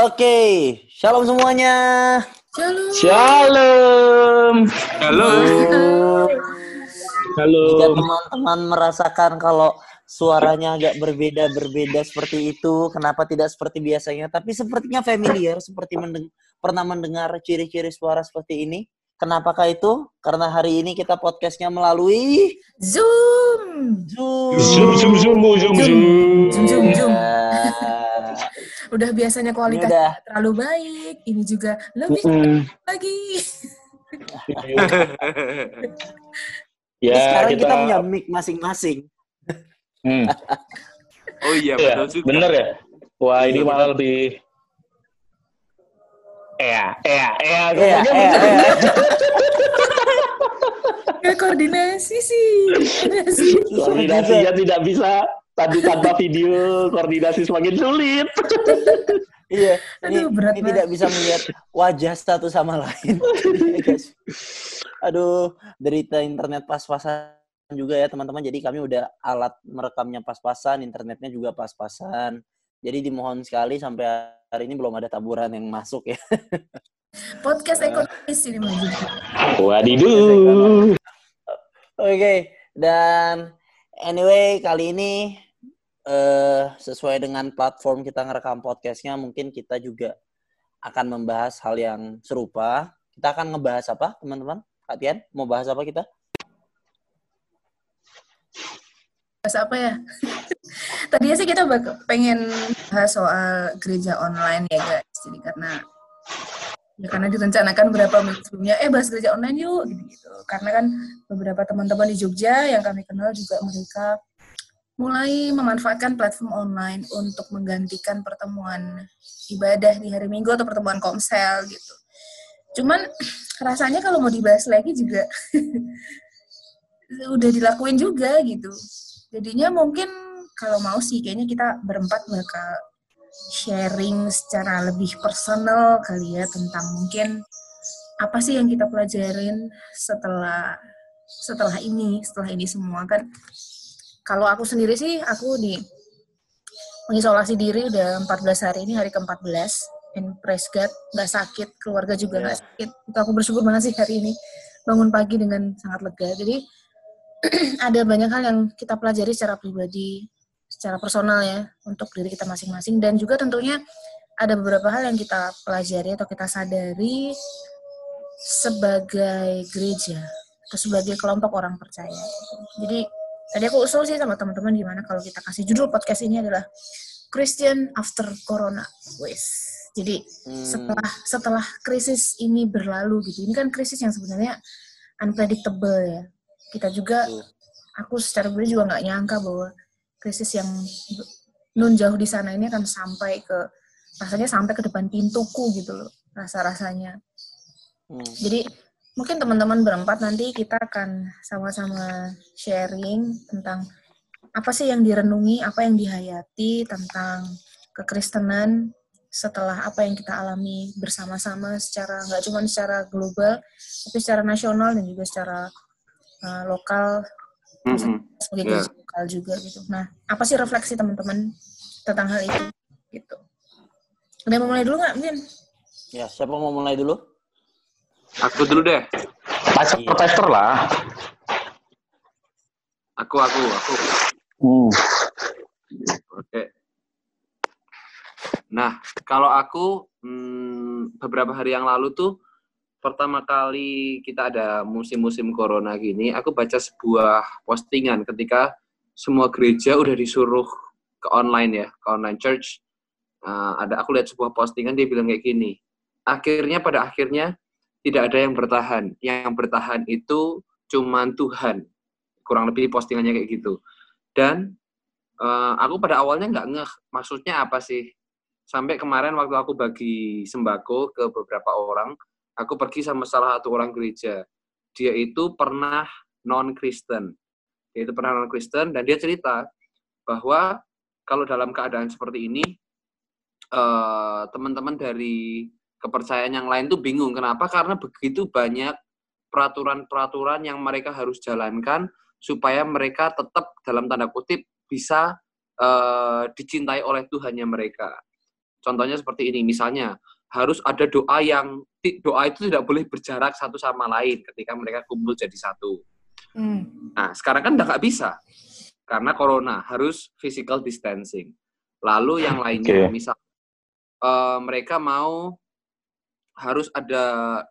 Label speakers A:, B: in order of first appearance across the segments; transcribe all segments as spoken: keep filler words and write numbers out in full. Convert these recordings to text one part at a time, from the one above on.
A: Oke, shalom semuanya.
B: Shalom.
C: Shalom.
B: Halo.
C: Halo.
A: Jika teman-teman merasakan kalau suaranya agak berbeda-berbeda seperti itu, kenapa tidak seperti biasanya, tapi sepertinya familiar, seperti mendeng- pernah mendengar ciri-ciri suara seperti ini. Kenapakah itu? Karena hari ini kita podcastnya melalui
B: Zoom.
A: Zoom.
C: Zoom zoom zoom zoom zoom.
B: Zoom zoom zoom.
A: Ya.
B: Udah biasanya kualitasnya
A: udah.
B: nggak terlalu baik, ini juga lebih
C: Mm-mm.
B: lagi.
A: Jadi
C: Ya
A: sekarang
C: kita,
A: kita punya mic masing-masing.
C: Hmm.
D: Oh iya,
C: Ya,
D: betul juga.
C: bener ya. Wah ini
A: Iya,
C: malah
A: kita-
C: lebih. Ea, ea, ea,
A: Iya,
C: pokoknya
A: iya,
C: bener.
A: iya.
B: Kayak koordinasi sih. Koordinasi.
C: Koordinasinya tidak bisa. Tadi tanpa video, koordinasi semakin sulit.
A: Iya, ini,
B: Aduh, berat
A: ini
B: banget.
A: tidak bisa melihat wajah satu sama lain. Iya, guys. Aduh, derita internet pas-pasan juga ya teman-teman. Jadi kami udah alat merekamnya pas-pasan, internetnya juga pas-pasan. Jadi dimohon sekali sampai hari ini belum ada taburan yang masuk ya.
B: Podcast ekonomis ini maju.
C: Wadiduh.
A: Oke, dan anyway kali ini eh, sesuai dengan platform kita ngerekam podcastnya, mungkin kita juga akan membahas hal yang serupa. Kita akan ngebahas apa, teman-teman? Kak Tian, mau bahas apa kita?
B: Bahas apa ya? Tadinya sih kita bak- pengen bahas soal gereja online ya guys. Jadi karena ya karena direncanakan beberapa minggu sebelumnya, eh bahas gereja online yuk gitu. Karena kan beberapa teman-teman di Jogja yang kami kenal juga mereka mulai memanfaatkan platform online untuk menggantikan pertemuan ibadah di hari Minggu atau pertemuan komsel gitu. Cuman rasanya kalau mau dibahas lagi juga udah dilakuin juga gitu. Jadinya mungkin kalau mau sih kayaknya kita berempat bakal sharing secara lebih personal kali ya tentang mungkin apa sih yang kita pelajarin setelah setelah ini, setelah ini semua kan. Kalau aku sendiri sih, aku di mengisolasi diri udah empat belas hari, ini hari ke empat belas. And praise God, gak sakit, keluarga juga
A: Yeah.
B: gak sakit. Itu aku bersyukur banget sih hari ini. Bangun pagi dengan sangat lega. Jadi, ada banyak hal yang kita pelajari secara pribadi, secara personal ya, untuk diri kita masing-masing. Dan juga tentunya ada beberapa hal yang kita pelajari atau kita sadari sebagai gereja, atau sebagai kelompok orang percaya. Jadi, tadi aku usul sih sama teman-teman gimana kalau kita kasih judul podcast ini adalah Christian After Corona. Wes. Jadi
A: Hmm.
B: setelah setelah krisis ini berlalu gitu. Ini kan krisis yang sebenarnya unpredictable ya. Kita juga, aku secara pribadi juga nggak nyangka bahwa krisis yang nun jauh di sana ini akan sampai ke rasanya sampai ke depan pintuku gitu loh rasa-rasanya.
A: Hmm.
B: Jadi mungkin teman-teman berempat nanti kita akan sama-sama sharing tentang apa sih yang direnungi, apa yang dihayati tentang kekristenan setelah apa yang kita alami bersama-sama secara, nggak cuma secara global, tapi secara nasional dan juga secara uh, lokal,
D: Mm-mm.
B: sebagai
D: Ya.
B: gereja lokal juga gitu. Nah, apa sih refleksi teman-teman tentang hal itu? Gitu. Udah mau mulai dulu nggak, Min?
A: Ya, siapa mau mulai dulu?
D: Aku dulu deh.
C: Pastor,
A: Iya.
C: pastor lah.
D: Aku, aku, aku.
C: Hmm.
D: Oke. Nah, kalau aku hmm, beberapa hari yang lalu tuh pertama kali kita ada musim-musim corona gini, aku baca sebuah postingan ketika semua gereja udah disuruh ke online ya, ke online church. Uh, ada aku lihat sebuah postingan dia bilang kayak gini. Akhirnya pada akhirnya tidak ada yang bertahan. Yang bertahan itu cuman Tuhan. Kurang lebih postingannya kayak gitu. Dan uh, aku pada awalnya nggak ngeh maksudnya apa sih. Sampai kemarin waktu aku bagi sembako ke beberapa orang, aku pergi sama salah satu orang gereja. Dia itu pernah non-Kristen. Dia itu pernah non-Kristen dan dia cerita bahwa kalau dalam keadaan seperti ini, uh, teman-teman dari kepercayaan yang lain tuh bingung. Kenapa? Karena begitu banyak peraturan-peraturan yang mereka harus jalankan supaya mereka tetap dalam tanda kutip bisa uh, dicintai oleh Tuhannya mereka. Contohnya seperti ini, misalnya harus ada doa yang doa itu tidak boleh berjarak satu sama lain ketika mereka kumpul jadi satu. Hmm. Nah, sekarang kan udah nggak bisa karena corona, harus physical distancing. Lalu yang lainnya, okay. misal uh, mereka mau harus ada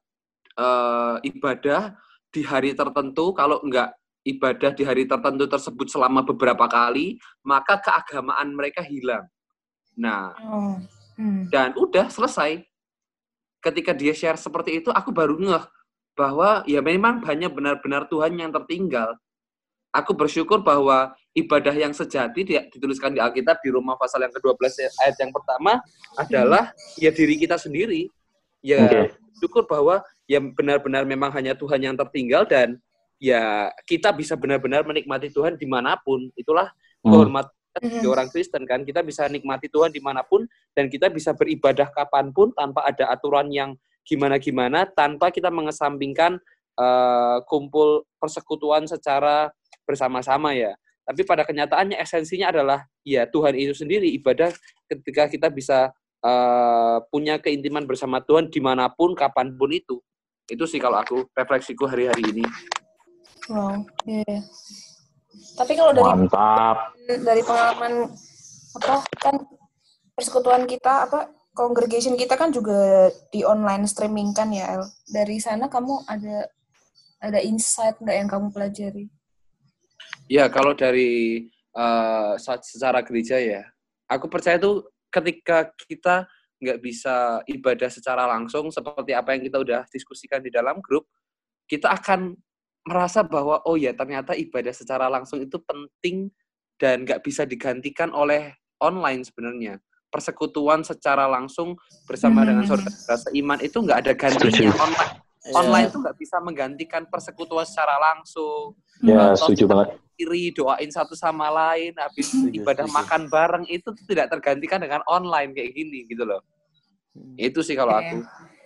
D: uh, ibadah di hari tertentu, kalau nggak ibadah di hari tertentu tersebut selama beberapa kali, maka keagamaan mereka hilang. Nah, oh. hmm. dan udah selesai. Ketika dia share seperti itu, aku baru ngeh bahwa ya memang hanya benar-benar Tuhan yang tertinggal. Aku bersyukur bahwa ibadah yang sejati dituliskan di Alkitab di Roma pasal yang kedua belas ayat yang pertama adalah ya diri kita sendiri. Ya okay. syukur bahwa ya benar-benar memang hanya Tuhan yang tertinggal dan ya kita bisa benar-benar menikmati Tuhan dimanapun. Itulah kehormatan sebagai orang Kristen kan, kita bisa nikmati Tuhan dimanapun dan kita bisa beribadah kapanpun tanpa ada aturan yang gimana-gimana, tanpa kita mengesampingkan uh, kumpul persekutuan secara bersama-sama ya. Tapi pada kenyataannya esensinya adalah ya Tuhan itu sendiri, ibadah ketika kita bisa uh, punya keintiman bersama Tuhan dimanapun, kapanpun itu. Itu sih kalau aku, refleksiku hari-hari ini.
B: Wow, iya. Yeah. Tapi kalau dari Mantap. dari pengalaman apa kan persekutuan kita apa congregation kita kan juga di online streaming kan ya El. Dari sana kamu ada ada insight nggak yang kamu pelajari?
D: Ya kalau dari uh, secara gereja ya, aku percaya tuh ketika kita nggak bisa ibadah secara langsung seperti apa yang kita udah diskusikan di dalam grup, kita akan merasa bahwa oh ya ternyata ibadah secara langsung itu penting dan nggak bisa digantikan oleh online sebenarnya. Persekutuan secara langsung bersama hmm. dengan saudara seiman itu nggak ada gantinya. Online yeah. online itu nggak bisa menggantikan persekutuan secara langsung.
C: Ya, yeah, setuju banget.
D: Kiri doain satu sama lain, habis ibadah makan bareng itu tidak tergantikan dengan online kayak gini gitu loh. Itu sih kalau aku.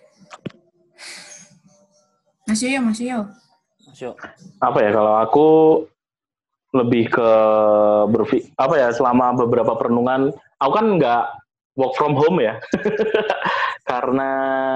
B: Mas Yoyo, Mas Yoyo.
C: Apa ya kalau aku lebih ke berfi apa ya selama beberapa perenungan aku kan nggak work from home ya karena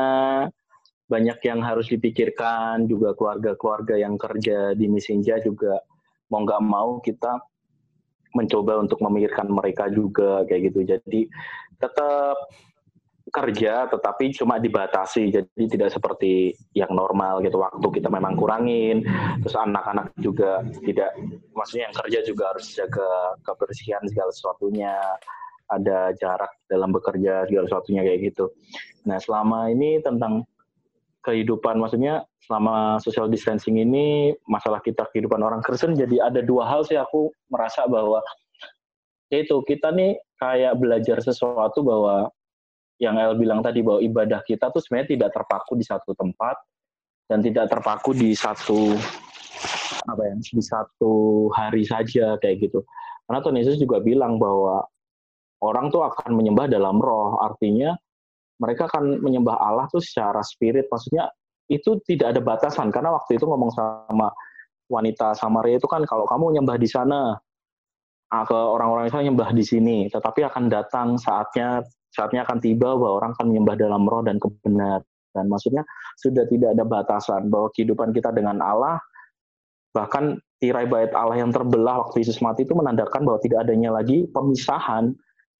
C: banyak yang harus dipikirkan juga keluarga-keluarga yang kerja di Messenger juga mau nggak mau kita mencoba untuk memikirkan mereka juga kayak gitu jadi tetap kerja tetapi cuma dibatasi jadi tidak seperti yang normal gitu waktu kita memang kurangin terus anak-anak juga tidak maksudnya yang kerja juga harus jaga kebersihan segala sesuatunya ada jarak dalam bekerja segala sesuatunya kayak gitu. Nah selama ini tentang kehidupan maksudnya selama social distancing ini masalah kita kehidupan orang Kristen jadi ada dua hal sih aku merasa bahwa yaitu kita nih kayak belajar sesuatu bahwa yang El bilang tadi bahwa ibadah kita tuh sebenarnya tidak terpaku di satu tempat dan tidak terpaku di satu apa ya di satu hari saja kayak gitu. Karena Tuhan Yesus juga bilang bahwa orang tuh akan menyembah dalam roh, artinya mereka akan menyembah Allah tuh secara spirit. Maksudnya itu tidak ada batasan karena waktu itu ngomong sama wanita Samaria itu kan kalau kamu nyembah di sana ke orang-orang itu nyembah di sini, tetapi akan datang saatnya saatnya akan tiba bahwa orang akan menyembah dalam roh dan kebenaran. Dan maksudnya sudah tidak ada batasan bahwa kehidupan kita dengan Allah, bahkan tirai bait Allah yang terbelah waktu Yesus mati itu menandakan bahwa tidak adanya lagi pemisahan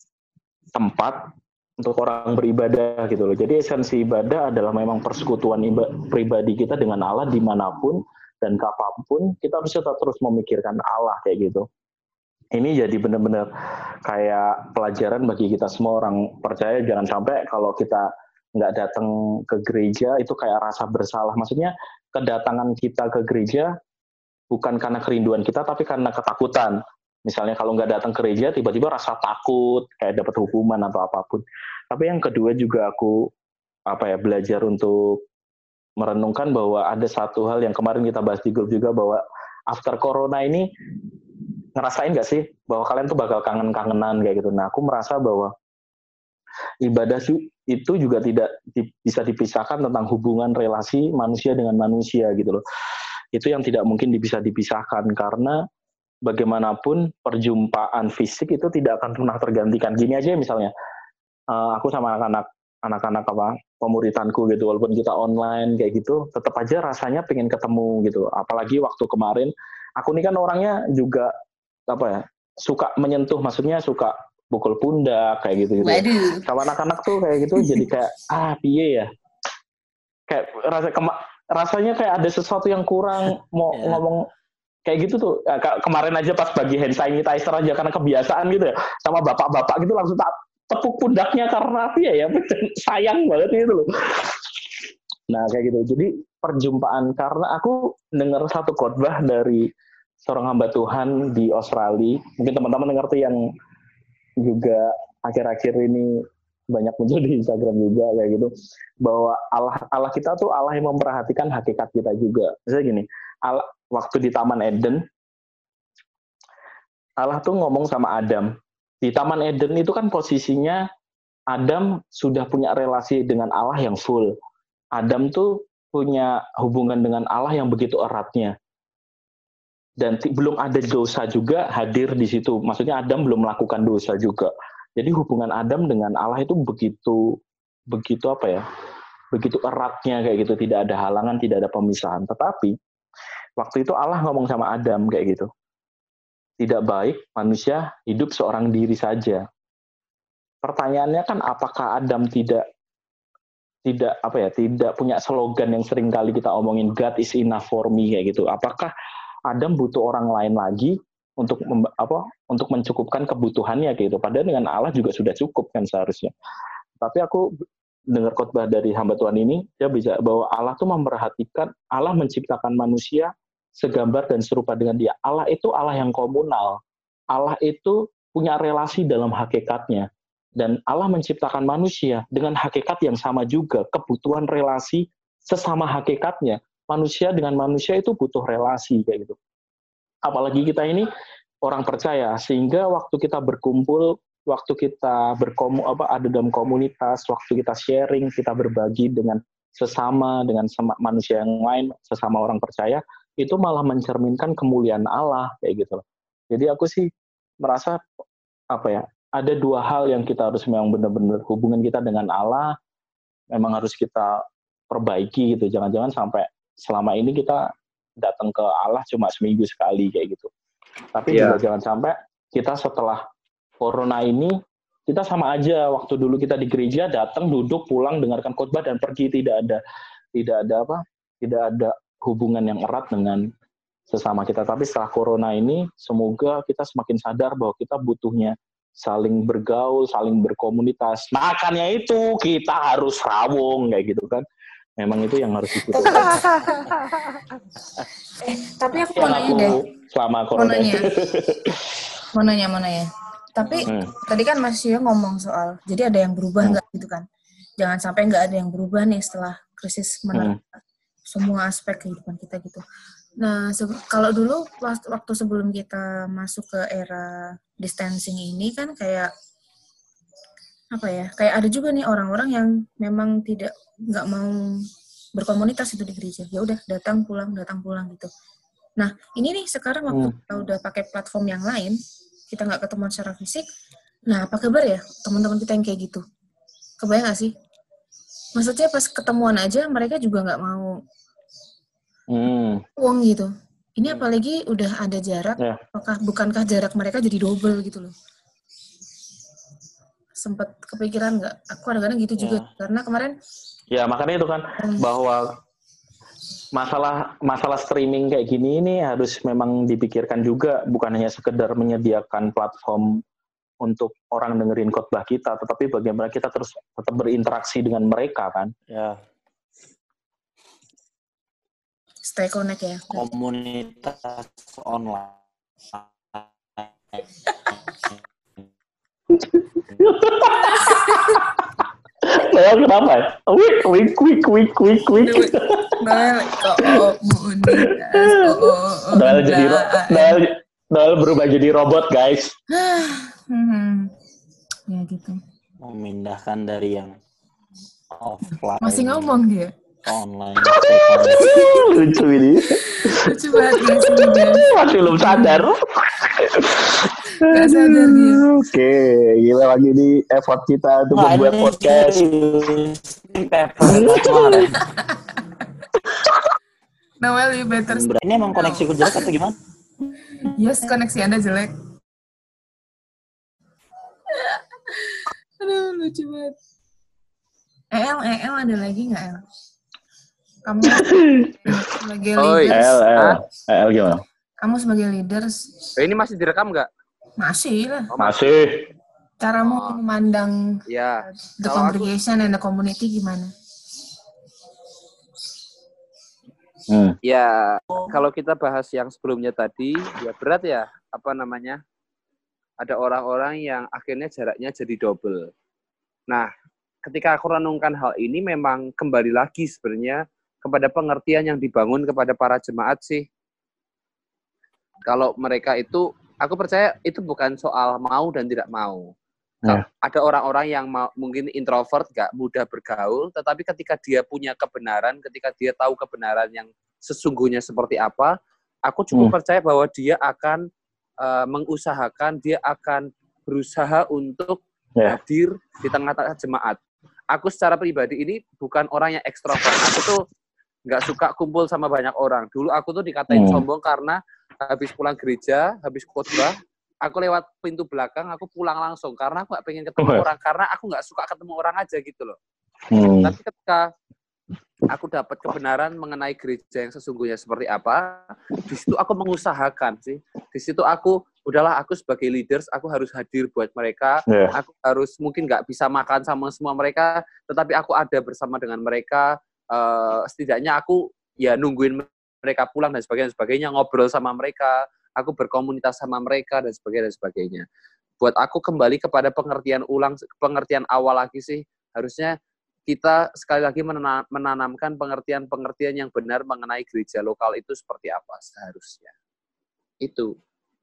C: tempat untuk orang beribadah gitu loh. Jadi esensi ibadah adalah memang persekutuan ibadah, pribadi kita dengan Allah dimanapun dan kapanpun kita harus tetap terus memikirkan Allah kayak gitu. Ini jadi benar-benar kayak pelajaran bagi kita semua orang percaya, jangan sampai kalau kita nggak datang ke gereja itu kayak rasa bersalah. Maksudnya kedatangan kita ke gereja bukan karena kerinduan kita, tapi karena ketakutan. Misalnya kalau nggak datang ke gereja, tiba-tiba rasa takut, kayak dapat hukuman atau apapun. Tapi yang kedua juga aku apa ya belajar untuk merenungkan bahwa ada satu hal yang kemarin kita bahas di grup juga, bahwa after corona ini ngerasain nggak sih bahwa kalian tuh bakal kangen-kangenan kayak gitu. Nah, aku merasa bahwa ibadah itu juga tidak di, bisa dipisahkan tentang hubungan relasi manusia dengan manusia gitu loh. Itu yang tidak mungkin bisa dipisahkan karena bagaimanapun perjumpaan fisik itu tidak akan pernah tergantikan. Gini aja misalnya, uh, aku sama anak-anak anak-anak apa pemuritanku gitu, walaupun kita online kayak gitu, tetap aja rasanya pengen ketemu gitu. Apalagi waktu kemarin, aku ini kan orangnya juga apa ya, suka menyentuh, maksudnya suka pukul pundak kayak gitu gitu.
B: Waduh.
C: Sama anak-anak tuh kayak gitu jadi kayak ah piye ya, kayak rasa kema- rasanya kayak ada sesuatu yang kurang mau
A: Yeah.
C: ngomong kayak gitu tuh. Kemarin aja pas bagi hand sanitizer aja karena kebiasaan gitu ya, sama bapak-bapak gitu langsung tak tepuk pundaknya karena apa ya, ya sayang banget gitu loh. Nah kayak gitu. Jadi perjumpaan, karena aku dengar satu khotbah dari seorang hamba Tuhan di Australia. Mungkin teman-teman dengar tuh yang juga akhir-akhir ini banyak muncul di Instagram juga kayak gitu, bahwa Allah Allah kita tuh Allah yang memperhatikan hakikat kita juga. Misalnya gini, Allah, waktu di Taman Eden, Allah tuh ngomong sama Adam. Di Taman Eden itu kan posisinya Adam sudah punya relasi dengan Allah yang full. Adam tuh punya hubungan dengan Allah yang begitu eratnya. Dan t- belum ada dosa juga hadir di situ. Maksudnya Adam belum melakukan dosa juga. Jadi hubungan Adam dengan Allah itu begitu begitu apa ya? Begitu eratnya kayak gitu, tidak ada halangan, tidak ada pemisahan. Tetapi waktu itu Allah ngomong sama Adam kayak gitu. Tidak baik manusia hidup seorang diri saja. Pertanyaannya kan apakah Adam tidak tidak apa ya, tidak punya slogan yang sering kali kita omongin, God is enough for me kayak gitu. Apakah Adam butuh orang lain lagi untuk mem, apa untuk mencukupkan kebutuhannya kayak gitu. Padahal dengan Allah juga sudah cukup kan seharusnya. Tapi aku dengar khotbah dari hamba Tuhan ini, dia bisa bahwa Allah tuh memperhatikan, Allah menciptakan manusia segambar dan serupa dengan dia. Allah itu Allah yang komunal. Allah itu punya relasi dalam hakikatnya. Dan Allah menciptakan manusia dengan hakikat yang sama juga, kebutuhan relasi sesama hakikatnya. Manusia dengan manusia itu butuh relasi kayak gitu. Apalagi kita ini orang percaya, sehingga waktu kita berkumpul, waktu kita berkomu apa ada dalam komunitas, waktu kita sharing, kita berbagi dengan sesama, dengan sama manusia yang lain, sesama orang percaya, itu malah mencerminkan kemuliaan Allah kayak gitu. Jadi aku sih merasa apa ya, ada dua hal yang kita harus memang benar-benar, hubungan kita dengan Allah memang harus kita perbaiki gitu. Jangan-jangan sampai selama ini kita datang ke Allah cuma seminggu sekali kayak gitu. Tapi yeah. juga jangan sampai kita setelah corona ini kita sama aja, waktu dulu kita di gereja datang, duduk, pulang, dengarkan khotbah dan pergi, tidak ada tidak ada apa? Tidak ada hubungan yang erat dengan sesama kita. Tapi setelah corona ini, semoga kita semakin sadar bahwa kita butuhnya saling bergaul, saling berkomunitas. Makanya itu kita harus rawung kayak gitu kan. Memang itu yang harus kita.
B: eh, tapi aku mau nanya deh.
C: Selama
B: mau
C: corona.
B: nanya. mau nanya, mau nanya. Tapi hmm. tadi kan Mas Yio ngomong soal, jadi ada yang berubah nggak hmm. gitu kan? Jangan sampai nggak ada yang berubah nih setelah krisis menerpa hmm. semua aspek kehidupan kita gitu. Nah, se- kalau dulu waktu sebelum kita masuk ke era distancing ini kan kayak apa ya? Kayak ada juga nih orang-orang yang memang tidak nggak mau berkomunitas itu di gereja. Ya udah datang pulang datang pulang gitu. Nah, ini nih sekarang waktu hmm. kita udah pakai platform yang lain, kita nggak ketemu secara fisik. Nah, apa kabar ya teman-teman kita yang kayak gitu? Kebayang nggak sih? Maksudnya pas ketemuan aja mereka juga nggak mau
C: Hmm.
B: uang gitu. Ini apalagi udah ada jarak, yeah. apakah bukankah jarak mereka jadi double gitu loh? Sempet kepikiran nggak? Aku kadang-kadang gitu yeah. juga karena kemarin.
C: Ya makanya itu kan hmm. bahwa masalah masalah streaming kayak gini ini harus memang dipikirkan juga, bukan hanya sekedar menyediakan platform untuk orang dengerin khotbah kita, tetapi bagaimana kita terus tetap berinteraksi dengan mereka kan? Ya.
B: Stay connect ya.
A: Komunitas online.
C: Saya kenapa ya? Wik, wik, wik, wik, wik, wik.
B: Noel, komunitas.
C: Noel jadi Noel, Noel berubah jadi robot, guys.
B: Ya gitu.
A: Memindahkan dari yang offline.
B: Masih ngomong dia.
A: online.
C: Lucu ini.
B: Lucu banget guys ini guys.
C: Masih belum sadar.
B: Gak sadar dia.
C: Oke, gila lagi di effort kita untuk
A: Wah,
C: membuat
A: ini
C: podcast.
A: serius. Ini paper kemarin.
B: Noel, you better.
A: Ini emang koneksiku jelek atau gimana?
B: Yes, koneksi Anda jelek. Aduh, lucu banget. El, El, ada lagi nggak El? Kamu sebagai
D: Oi.
B: leaders,
C: L, L, L gimana?
B: kamu sebagai leaders,
D: Eh, ini masih direkam nggak?
B: masih lah.
C: Masih.
B: Caramu memandang
D: Ya.
B: the
D: Kalau aku-
B: congregation and the community gimana?
C: Hmm.
D: Ya, kalau kita bahas yang sebelumnya tadi, ya berat ya, apa namanya? Ada orang-orang yang akhirnya jaraknya jadi double. Nah, ketika aku renungkan hal ini, memang kembali lagi sebenarnya kepada pengertian yang dibangun kepada para jemaat sih. Kalau mereka itu, aku percaya itu bukan soal mau dan tidak mau.
C: Ya.
D: Ada orang-orang yang mau, mungkin introvert, gak mudah bergaul, tetapi ketika dia punya kebenaran, ketika dia tahu kebenaran yang sesungguhnya seperti apa, aku cukup
C: Hmm.
D: percaya bahwa dia akan uh, mengusahakan, dia akan berusaha untuk
C: Ya.
D: hadir di tengah-tengah jemaat. Aku secara pribadi ini bukan orang yang ekstrovert. Aku tuh nggak suka kumpul sama banyak orang. Dulu aku tuh dikatain
C: Hmm.
D: sombong karena habis pulang gereja, habis khotbah, aku lewat pintu belakang, aku pulang langsung karena aku nggak pengen ketemu
C: Oh.
D: orang, karena aku nggak suka ketemu orang aja gitu loh.
C: Hmm.
D: Tapi ketika aku dapat kebenaran mengenai gereja yang sesungguhnya seperti apa, di situ aku mengusahakan sih. Di situ aku, udahlah aku sebagai leaders, aku harus hadir buat mereka.
C: Ya.
D: Aku harus mungkin nggak bisa makan sama semua mereka, tetapi aku ada bersama dengan mereka. Uh, setidaknya aku ya nungguin mereka pulang dan sebagainya, dan sebagainya, ngobrol sama mereka, aku berkomunitas sama mereka dan sebagainya dan sebagainya. Buat aku kembali kepada pengertian ulang, pengertian awal lagi sih, harusnya kita sekali lagi menanam, menanamkan pengertian-pengertian yang benar mengenai gereja lokal itu seperti apa seharusnya. Itu.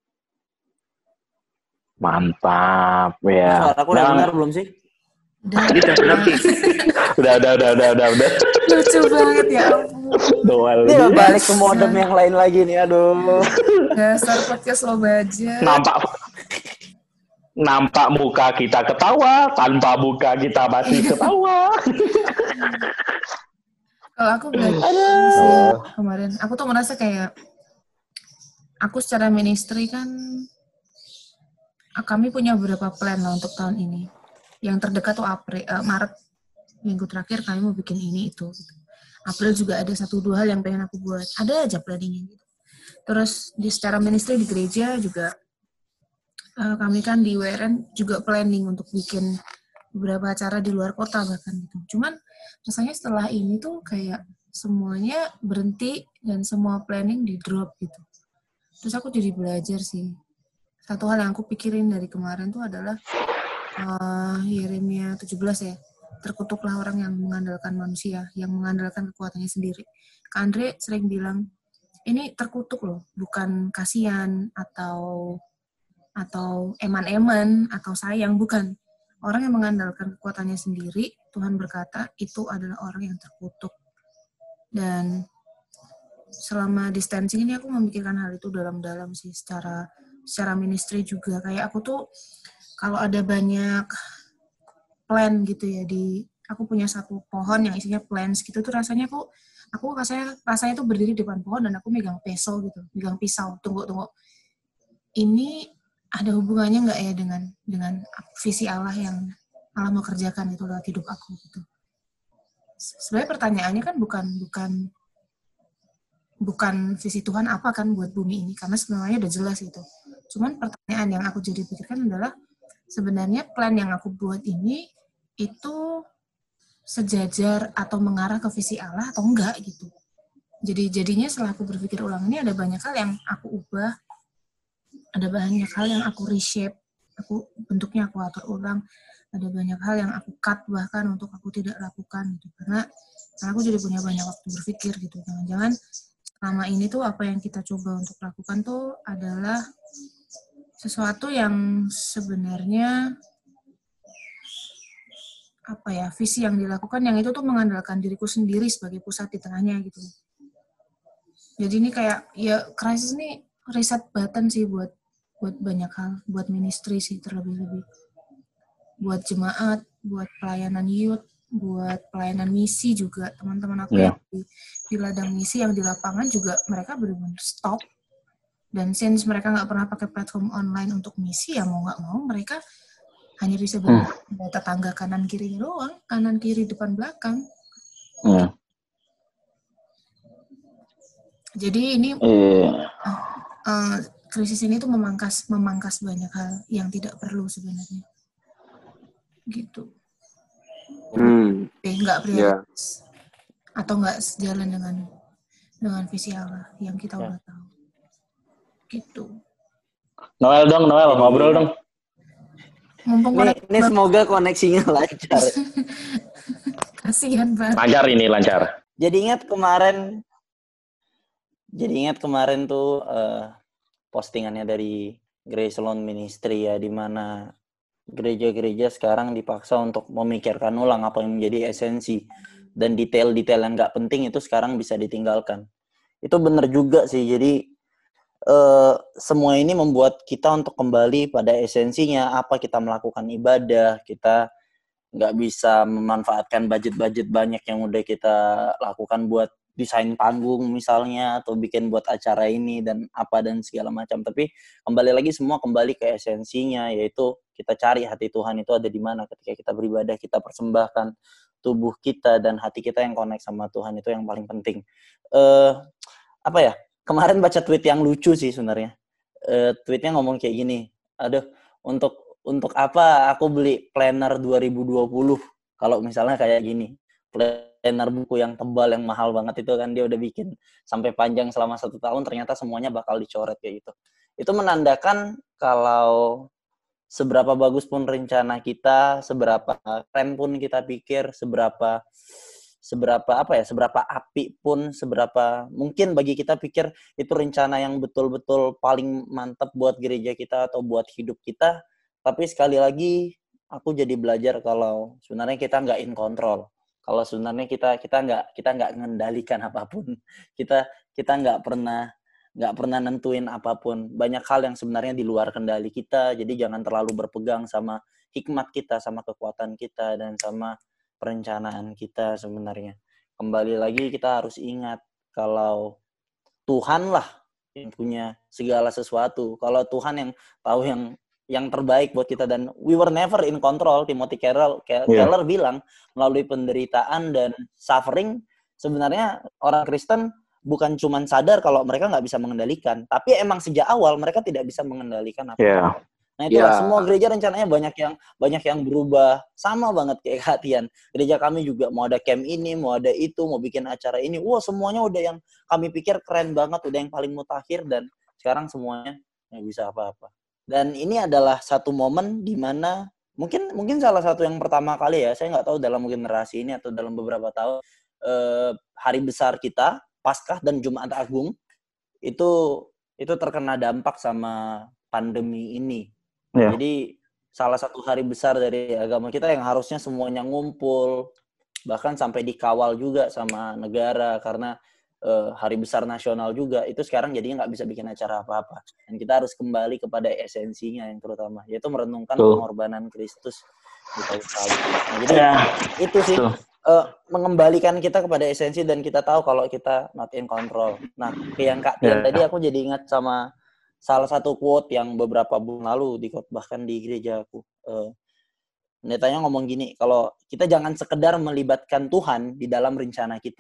C: Mantap ya.
A: Suara aku udah benar belum sih?
B: Udah,
D: Ini udah benar sih.
C: Udah, udah, udah, udah, udah, udah.
B: lucu banget ya ampun.
C: Doal.
A: Ini udah balik ke modem yang lain lagi nih, aduh.
B: Dasar podcast lo baja.
C: Nampak nampak muka kita ketawa, tanpa muka kita masih ketawa.
B: Kalau aku belajar ini sih kemarin, aku tuh merasa kayak aku secara ministry kan kami punya beberapa plan lah untuk tahun ini. Yang terdekat tuh April, uh, Maret minggu terakhir kami mau bikin ini itu. Gitu. April juga ada satu dua hal yang pengen aku buat. Ada aja planningnya gitu. Terus di secara ministry di gereja juga uh, kami kan di W R N juga planning untuk bikin beberapa acara di luar kota bahkan gitu. Cuman rasanya setelah ini tuh kayak semuanya berhenti dan semua planning di drop gitu. Terus aku jadi belajar sih. Satu hal yang aku pikirin dari kemarin tuh adalah uh, Yeremia tujuh belas ya. Terkutuklah orang yang mengandalkan manusia, yang mengandalkan kekuatannya sendiri. Kak Andre sering bilang, ini terkutuk loh, bukan kasihan atau atau eman-eman atau sayang, bukan. Orang yang mengandalkan kekuatannya sendiri, Tuhan berkata, itu adalah orang yang terkutuk. Dan selama distancing ini aku memikirkan hal itu dalam-dalam sih, secara secara ministry juga. Kayak aku tuh, kalau ada banyak plan gitu ya, di aku punya satu pohon yang isinya plants gitu tuh rasanya aku, aku rasanya, rasanya tuh berdiri di depan pohon dan aku megang pisau gitu, megang pisau, tunggu-tunggu. Ini ada hubungannya nggak ya dengan dengan visi Allah yang Allah mau kerjakan itu lewat hidup aku gitu. Sebenarnya pertanyaannya kan bukan bukan bukan visi Tuhan apa kan buat bumi ini, karena sebenarnya udah jelas itu. Cuman pertanyaan yang aku jadi pikirkan adalah sebenarnya plan yang aku buat ini itu sejajar atau mengarah ke visi Allah atau enggak gitu. Jadi jadinya setelah aku berpikir ulang ini ada banyak hal yang aku ubah, ada banyak hal yang aku reshape, aku bentuknya aku atur ulang, ada banyak hal yang aku cut bahkan untuk aku tidak lakukan gitu. Karena karena aku jadi punya banyak waktu berpikir gitu. Jangan-jangan selama ini tuh apa yang kita coba untuk lakukan tuh adalah sesuatu yang sebenarnya apa ya, visi yang dilakukan yang itu tuh mengandalkan diriku sendiri sebagai pusat di tengahnya gitu. Jadi ini kayak ya krisis ini reset button sih buat buat banyak hal, buat ministry sih terlebih-lebih. Buat jemaat, buat pelayanan youth, buat pelayanan misi juga. Teman-teman aku
C: Yeah.
B: yang di, di ladang misi, yang di lapangan juga mereka benar-benar stop. Dan since mereka nggak pernah pakai platform online untuk misi, ya mau nggak mau mereka hanya bisa
C: Hmm.
B: berada tetangga kanan kirinya doang, kanan kiri depan belakang.
C: Hmm.
B: Jadi ini
C: Iya.
B: uh, krisis ini tuh memangkas memangkas banyak hal yang tidak perlu sebenarnya. Gitu.
D: Hmm.
B: Eh, nggak
D: Ya.
B: prioritas atau nggak sejalan dengan dengan visi Allah yang kita
A: Ya.
B: udah tahu. Gitu.
C: Noel dong, Noel
A: Jadi-
C: ngobrol dong.
B: Mumpung
A: Ini,
B: konek
A: ini semoga koneksinya lancar.
B: kasihan banget.
C: Lancar ini, lancar.
A: Jadi ingat kemarin, jadi ingat kemarin tuh eh, postingannya dari Grace Loan Ministry ya, di mana gereja-gereja sekarang dipaksa untuk memikirkan ulang apa yang menjadi esensi dan detail-detail yang nggak penting itu sekarang bisa ditinggalkan. Itu benar juga sih. Jadi eh, semua ini membuat kita untuk kembali pada esensinya, apa kita melakukan ibadah, kita nggak bisa memanfaatkan budget-budget banyak yang udah kita lakukan buat desain panggung misalnya, atau bikin buat acara ini dan apa dan segala macam. Tapi kembali lagi semua kembali ke esensinya, yaitu kita cari hati Tuhan itu ada di mana ketika kita beribadah, kita persembahkan tubuh kita dan hati kita yang connect sama Tuhan, itu yang paling penting. Eh, apa ya? Kemarin baca tweet yang lucu sih sebenarnya. Eh, tweetnya ngomong kayak gini, aduh, untuk untuk apa aku beli planner dua ribu dua puluh kalau misalnya kayak gini. Planner buku yang tebal, yang mahal banget itu kan, dia udah bikin sampai panjang selama satu tahun, ternyata semuanya bakal dicoret kayak gitu. Itu menandakan kalau seberapa bagus pun rencana kita, seberapa keren pun kita pikir, seberapa seberapa apa ya, seberapa api pun, seberapa mungkin bagi kita pikir itu rencana yang betul-betul paling mantap buat gereja kita atau buat hidup kita, tapi sekali lagi aku jadi belajar kalau sebenarnya kita nggak in control. Kalau sebenarnya kita kita nggak kita nggak mengendalikan apapun, kita kita nggak pernah nggak pernah nentuin apapun. Banyak hal yang sebenarnya di luar kendali kita, jadi jangan terlalu berpegang sama hikmat kita, sama kekuatan kita, dan sama perencanaan kita sebenarnya. Kembali lagi kita harus ingat kalau Tuhanlah yang punya segala sesuatu. Kalau Tuhan yang tahu yang yang terbaik buat kita, dan we were never in control. Timothy Keller, Keller yeah. bilang melalui penderitaan dan suffering, sebenarnya orang Kristen bukan cuma sadar kalau mereka nggak bisa mengendalikan, tapi emang sejak awal mereka tidak bisa mengendalikan apa.
C: Yeah.
A: Nah itulah
D: yeah.
A: semua gereja rencananya banyak yang banyak yang berubah, sama banget kayak Hatian. Gereja kami juga mau ada camp ini, mau ada itu, mau bikin acara ini. Wah, semuanya udah yang kami pikir keren banget, udah yang paling mutakhir, dan sekarang semuanya nggak bisa apa-apa. Dan ini adalah satu momen di mana mungkin mungkin salah satu yang pertama kali ya, saya nggak tahu dalam generasi ini atau dalam beberapa tahun, eh, hari besar kita, Paskah dan Jumat Agung, itu itu terkena dampak sama pandemi ini. Yeah. Jadi salah satu hari besar dari agama kita yang harusnya semuanya ngumpul, bahkan sampai dikawal juga sama negara karena uh, hari besar nasional juga, itu sekarang jadinya nggak bisa bikin acara apa-apa. Dan kita harus kembali kepada esensinya yang terutama, yaitu merenungkan Tuh. pengorbanan Kristus di kayu salib. Nah, jadi yeah. itu sih uh, mengembalikan kita kepada esensi, dan kita tahu kalau kita not in control. Nah, kayak yang Kak Tian yeah. tadi, aku jadi ingat sama salah satu quote yang beberapa bulan lalu dikotbahkan di gereja aku. Uh, Pendetanya ngomong gini, kalau kita jangan sekedar melibatkan Tuhan di dalam rencana kita.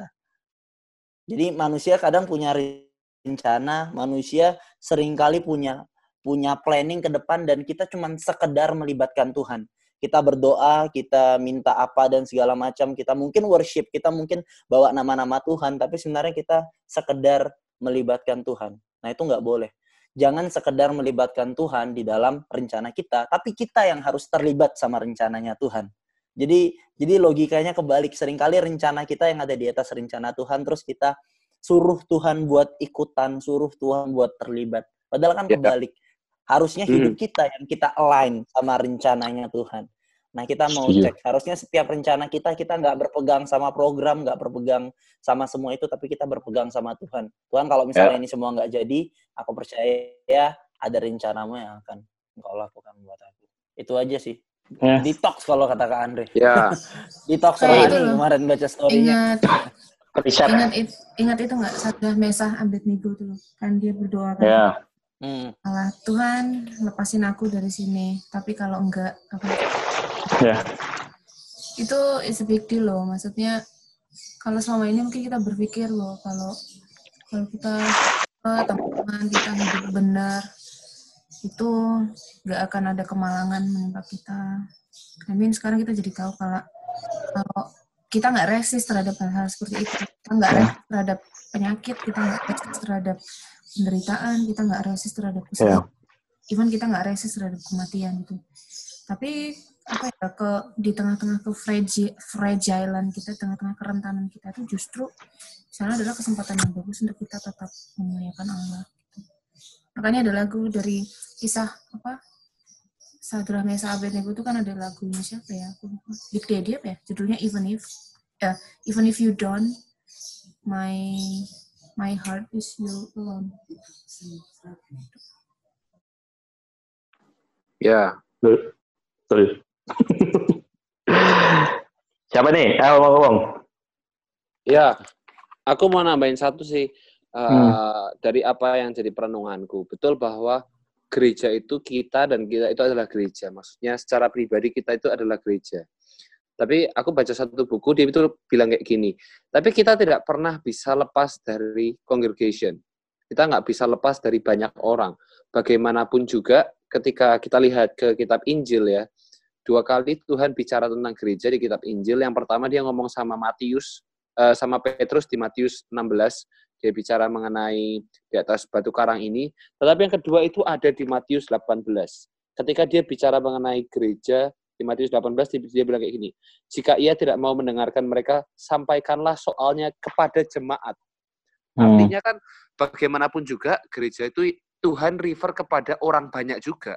A: Jadi manusia kadang punya rencana, manusia seringkali punya punya planning ke depan, dan kita cuma sekedar melibatkan Tuhan. Kita berdoa, kita minta apa dan segala macam, kita mungkin worship, kita mungkin bawa nama-nama Tuhan, tapi sebenarnya kita sekedar melibatkan Tuhan. Nah, itu nggak boleh. Jangan sekedar melibatkan Tuhan di dalam rencana kita, tapi kita yang harus terlibat sama rencananya Tuhan. Jadi jadi logikanya kebalik. Seringkali rencana kita yang ada di atas rencana Tuhan, terus kita suruh Tuhan buat ikutan, suruh Tuhan buat terlibat. Padahal kan kebalik. Harusnya hidup kita yang kita align sama rencananya Tuhan. Nah, kita mau
C: Setuju.
A: cek. Harusnya setiap rencana kita, kita nggak berpegang sama program, nggak berpegang sama semua itu, tapi kita berpegang sama Tuhan. Tuhan, kalau misalnya
C: Ya.
A: ini semua nggak jadi, aku percaya ada rencanamu yang akan Engkau lakukan buat aku. Itu aja sih.
C: Ya.
A: Detox kalau kata Kak Andre.
D: Ya.
A: Detox
B: Kayak
A: rohani
B: itu loh.
A: kemarin baca story-nya.
B: Ingat
C: Riset.
B: ingat it, ingat itu nggak Sadrah Mesah Abednego tuh loh. Kan dia berdoa kan.
C: Ya.
A: Hmm.
B: Allah, Tuhan lepasin aku dari sini. Tapi kalau enggak apa
C: Ya.
B: itu is a big deal loh. Maksudnya kalau selama ini mungkin kita berpikir loh kalau kalau kita eh, teman-teman kita hidup benar itu nggak akan ada kemalangan menimpa kita. I mean sekarang kita jadi tahu kalau kalau kita nggak resist terhadap hal-hal seperti itu, kita nggak resist terhadap penyakit, kita nggak resist terhadap penderitaan, kita nggak resist terhadap kesedihan,
C: Yeah.
B: even kita nggak resist terhadap kematian gitu. Tapi apa ya ke di tengah-tengah ke fragile, fragilean kita, tengah-tengah kerentanan kita itu justru sana adalah kesempatan yang bagus untuk kita tetap memuliakan Allah. Gitu. Makanya ada lagu dari kisah apa Sadrah Mesah Abednego itu kan ada lagunya siapa ya? Aku lupa. Big Daddy apa ya? Judulnya Even If, ya Even If You Don't, My My Heart Is You Alone.
D: Ya.
C: Betul. Siapa nih? Eh, ngomong.
D: Ya, aku mau nambahin satu sih uh,
C: Hmm.
D: dari apa yang jadi perenunganku. Betul bahwa gereja itu kita dan kita itu adalah gereja. Maksudnya secara pribadi kita itu adalah gereja. Tapi aku baca satu buku, dia itu bilang kayak gini. Tapi kita tidak pernah bisa lepas dari congregation. Kita nggak bisa lepas dari banyak orang. Bagaimanapun juga ketika kita lihat ke kitab Injil ya, dua kali Tuhan bicara tentang gereja di kitab Injil. Yang pertama dia ngomong sama Matius, uh, sama Petrus di Matius enam belas. Dia bicara mengenai di atas batu karang ini. Tetapi yang kedua itu ada di Matius delapan belas. Ketika dia bicara mengenai gereja, di Matius delapan belas dia bilang kayak gini. Jika ia tidak mau mendengarkan mereka, sampaikanlah soalnya kepada jemaat. Hmm. Artinya kan bagaimanapun juga gereja itu Tuhan refer kepada orang banyak juga.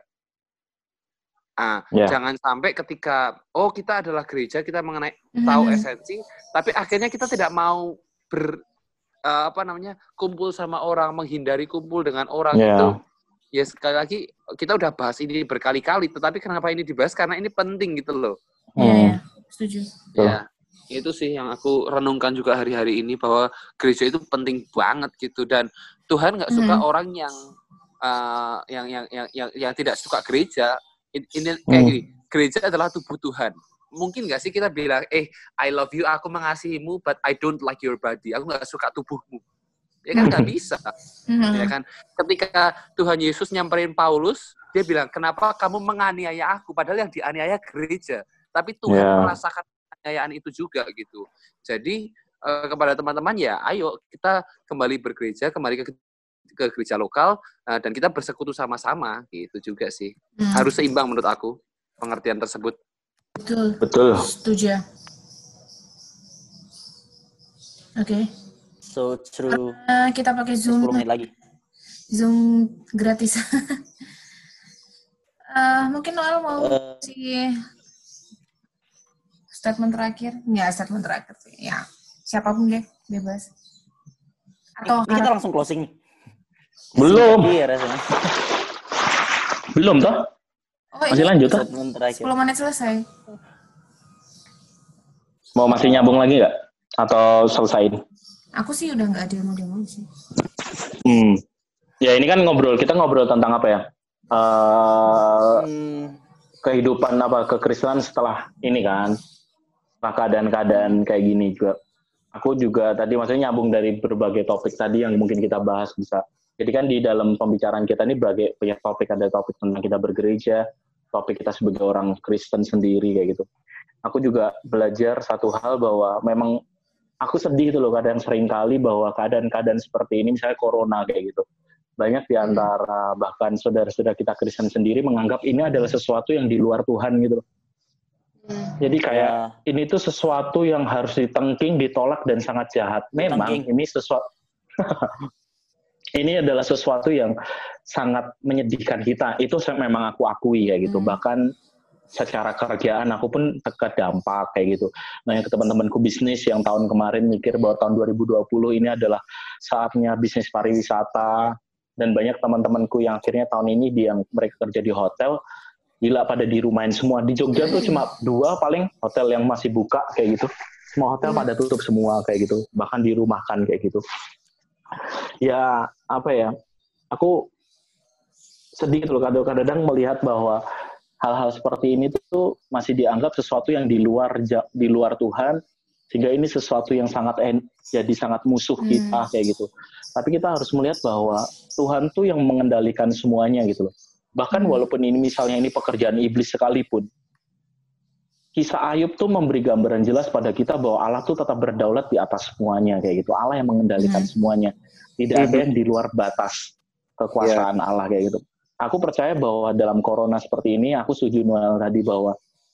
D: Nah, yeah. Jangan sampai ketika, oh kita adalah gereja, kita mengenai tahu esensi, tapi akhirnya kita tidak mau ber... Uh, apa namanya kumpul sama orang, menghindari kumpul dengan orang yeah. Itu ya sekali lagi kita udah bahas ini berkali-kali, tetapi kenapa ini dibahas karena ini penting gitu loh.
B: Iya, hmm. ya, setuju.
D: Ya, itu sih yang aku renungkan juga hari-hari ini bahwa gereja itu penting banget gitu dan Tuhan nggak suka hmm. orang yang, uh, yang yang yang yang yang tidak suka gereja. Ini kayak hmm. gini, gereja adalah tubuh Tuhan. Mungkin nggak sih kita bilang, eh, I love you, aku mengasihimu, but I don't like your body. Aku nggak suka tubuhmu. Ya kan nggak bisa. Mm-hmm. Ya kan. Ketika Tuhan Yesus nyamperin Paulus, dia bilang, kenapa kamu menganiaya aku? Padahal yang dianiaya gereja. Tapi Tuhan yeah. merasakan penganiayaan itu juga gitu. Jadi eh, kepada teman-teman ya, ayo kita kembali bergereja, kembali ke ke gereja lokal uh, dan kita bersekutu sama-sama gitu juga sih. Mm. Harus seimbang menurut aku pengertian tersebut.
B: Betul.
C: Betul.
B: Setuju. Oke. Okay.
A: So true.
B: Uh, kita pakai Zoom.
A: sepuluh menit lagi.
B: Zoom gratis. uh, mungkin Noel mau uh, si statement terakhir? Nggak, statement terakhir sih. Ya, siapapun deh, bebas. Atau
A: ini kita langsung closing nih.
C: Belum.
A: Iya rasanya.
C: Belum toh?
B: Oh,
C: masih lanjut toh?
B: sepuluh menit selesai.
C: Mau masih nyambung lagi nggak? Atau selesai?
B: Aku sih udah nggak ada yang mau ngomong sih.
C: Hmm. Ya ini kan ngobrol, kita ngobrol tentang apa ya? Uh, hmm. Kehidupan apa, kekristenan setelah ini kan. Setelah keadaan-keadaan kayak gini juga. Aku juga tadi maksudnya nyambung dari berbagai topik tadi yang mungkin kita bahas bisa. Jadi kan di dalam pembicaraan kita ini berbagai banyak topik, ada topik tentang kita bergereja, topik kita sebagai orang Kristen sendiri kayak gitu. Aku juga belajar satu hal bahwa memang aku sedih itu loh kadang sering kali bahwa keadaan-keadaan seperti ini, misalnya corona kayak gitu. Banyak di antara bahkan saudara-saudara kita Kristen sendiri menganggap ini adalah sesuatu yang di luar Tuhan gitu. Jadi kayak ya. Ini tuh sesuatu yang harus ditengking, ditolak dan sangat jahat. Memang ditengking. Ini sesuatu ini adalah sesuatu yang sangat menyedihkan kita. Itu memang aku akui ya gitu. Hmm. Bahkan secara kerjaan aku pun terdampak kayak gitu. Nah, yang ke teman-temanku bisnis yang tahun kemarin mikir bahwa tahun dua ribu dua puluh ini adalah saatnya bisnis pariwisata, dan banyak teman-temanku yang akhirnya tahun ini di yang mereka kerja di hotel, gila pada dirumahin semua. Di Jogja tuh cuma dua paling hotel yang masih buka kayak gitu. Semua hotel pada tutup semua kayak gitu, bahkan dirumahkan kayak gitu. Ya, apa ya, aku sedih loh kadang-kadang melihat bahwa hal-hal seperti ini tuh masih dianggap sesuatu yang di luar di luar Tuhan, sehingga ini sesuatu yang sangat en, jadi sangat musuh kita kayak gitu. Tapi kita harus melihat bahwa Tuhan tuh yang mengendalikan semuanya gitu loh. Bahkan walaupun ini misalnya ini pekerjaan iblis sekalipun, kisah Ayub tuh memberi gambaran jelas pada kita bahwa Allah tuh tetap berdaulat di atas semuanya kayak gitu. Allah yang mengendalikan hmm. semuanya. Tidak hmm. ada yang di luar batas kekuasaan yeah. Allah kayak gitu. Aku percaya bahwa dalam corona seperti ini, aku setuju Noel tadi bahwa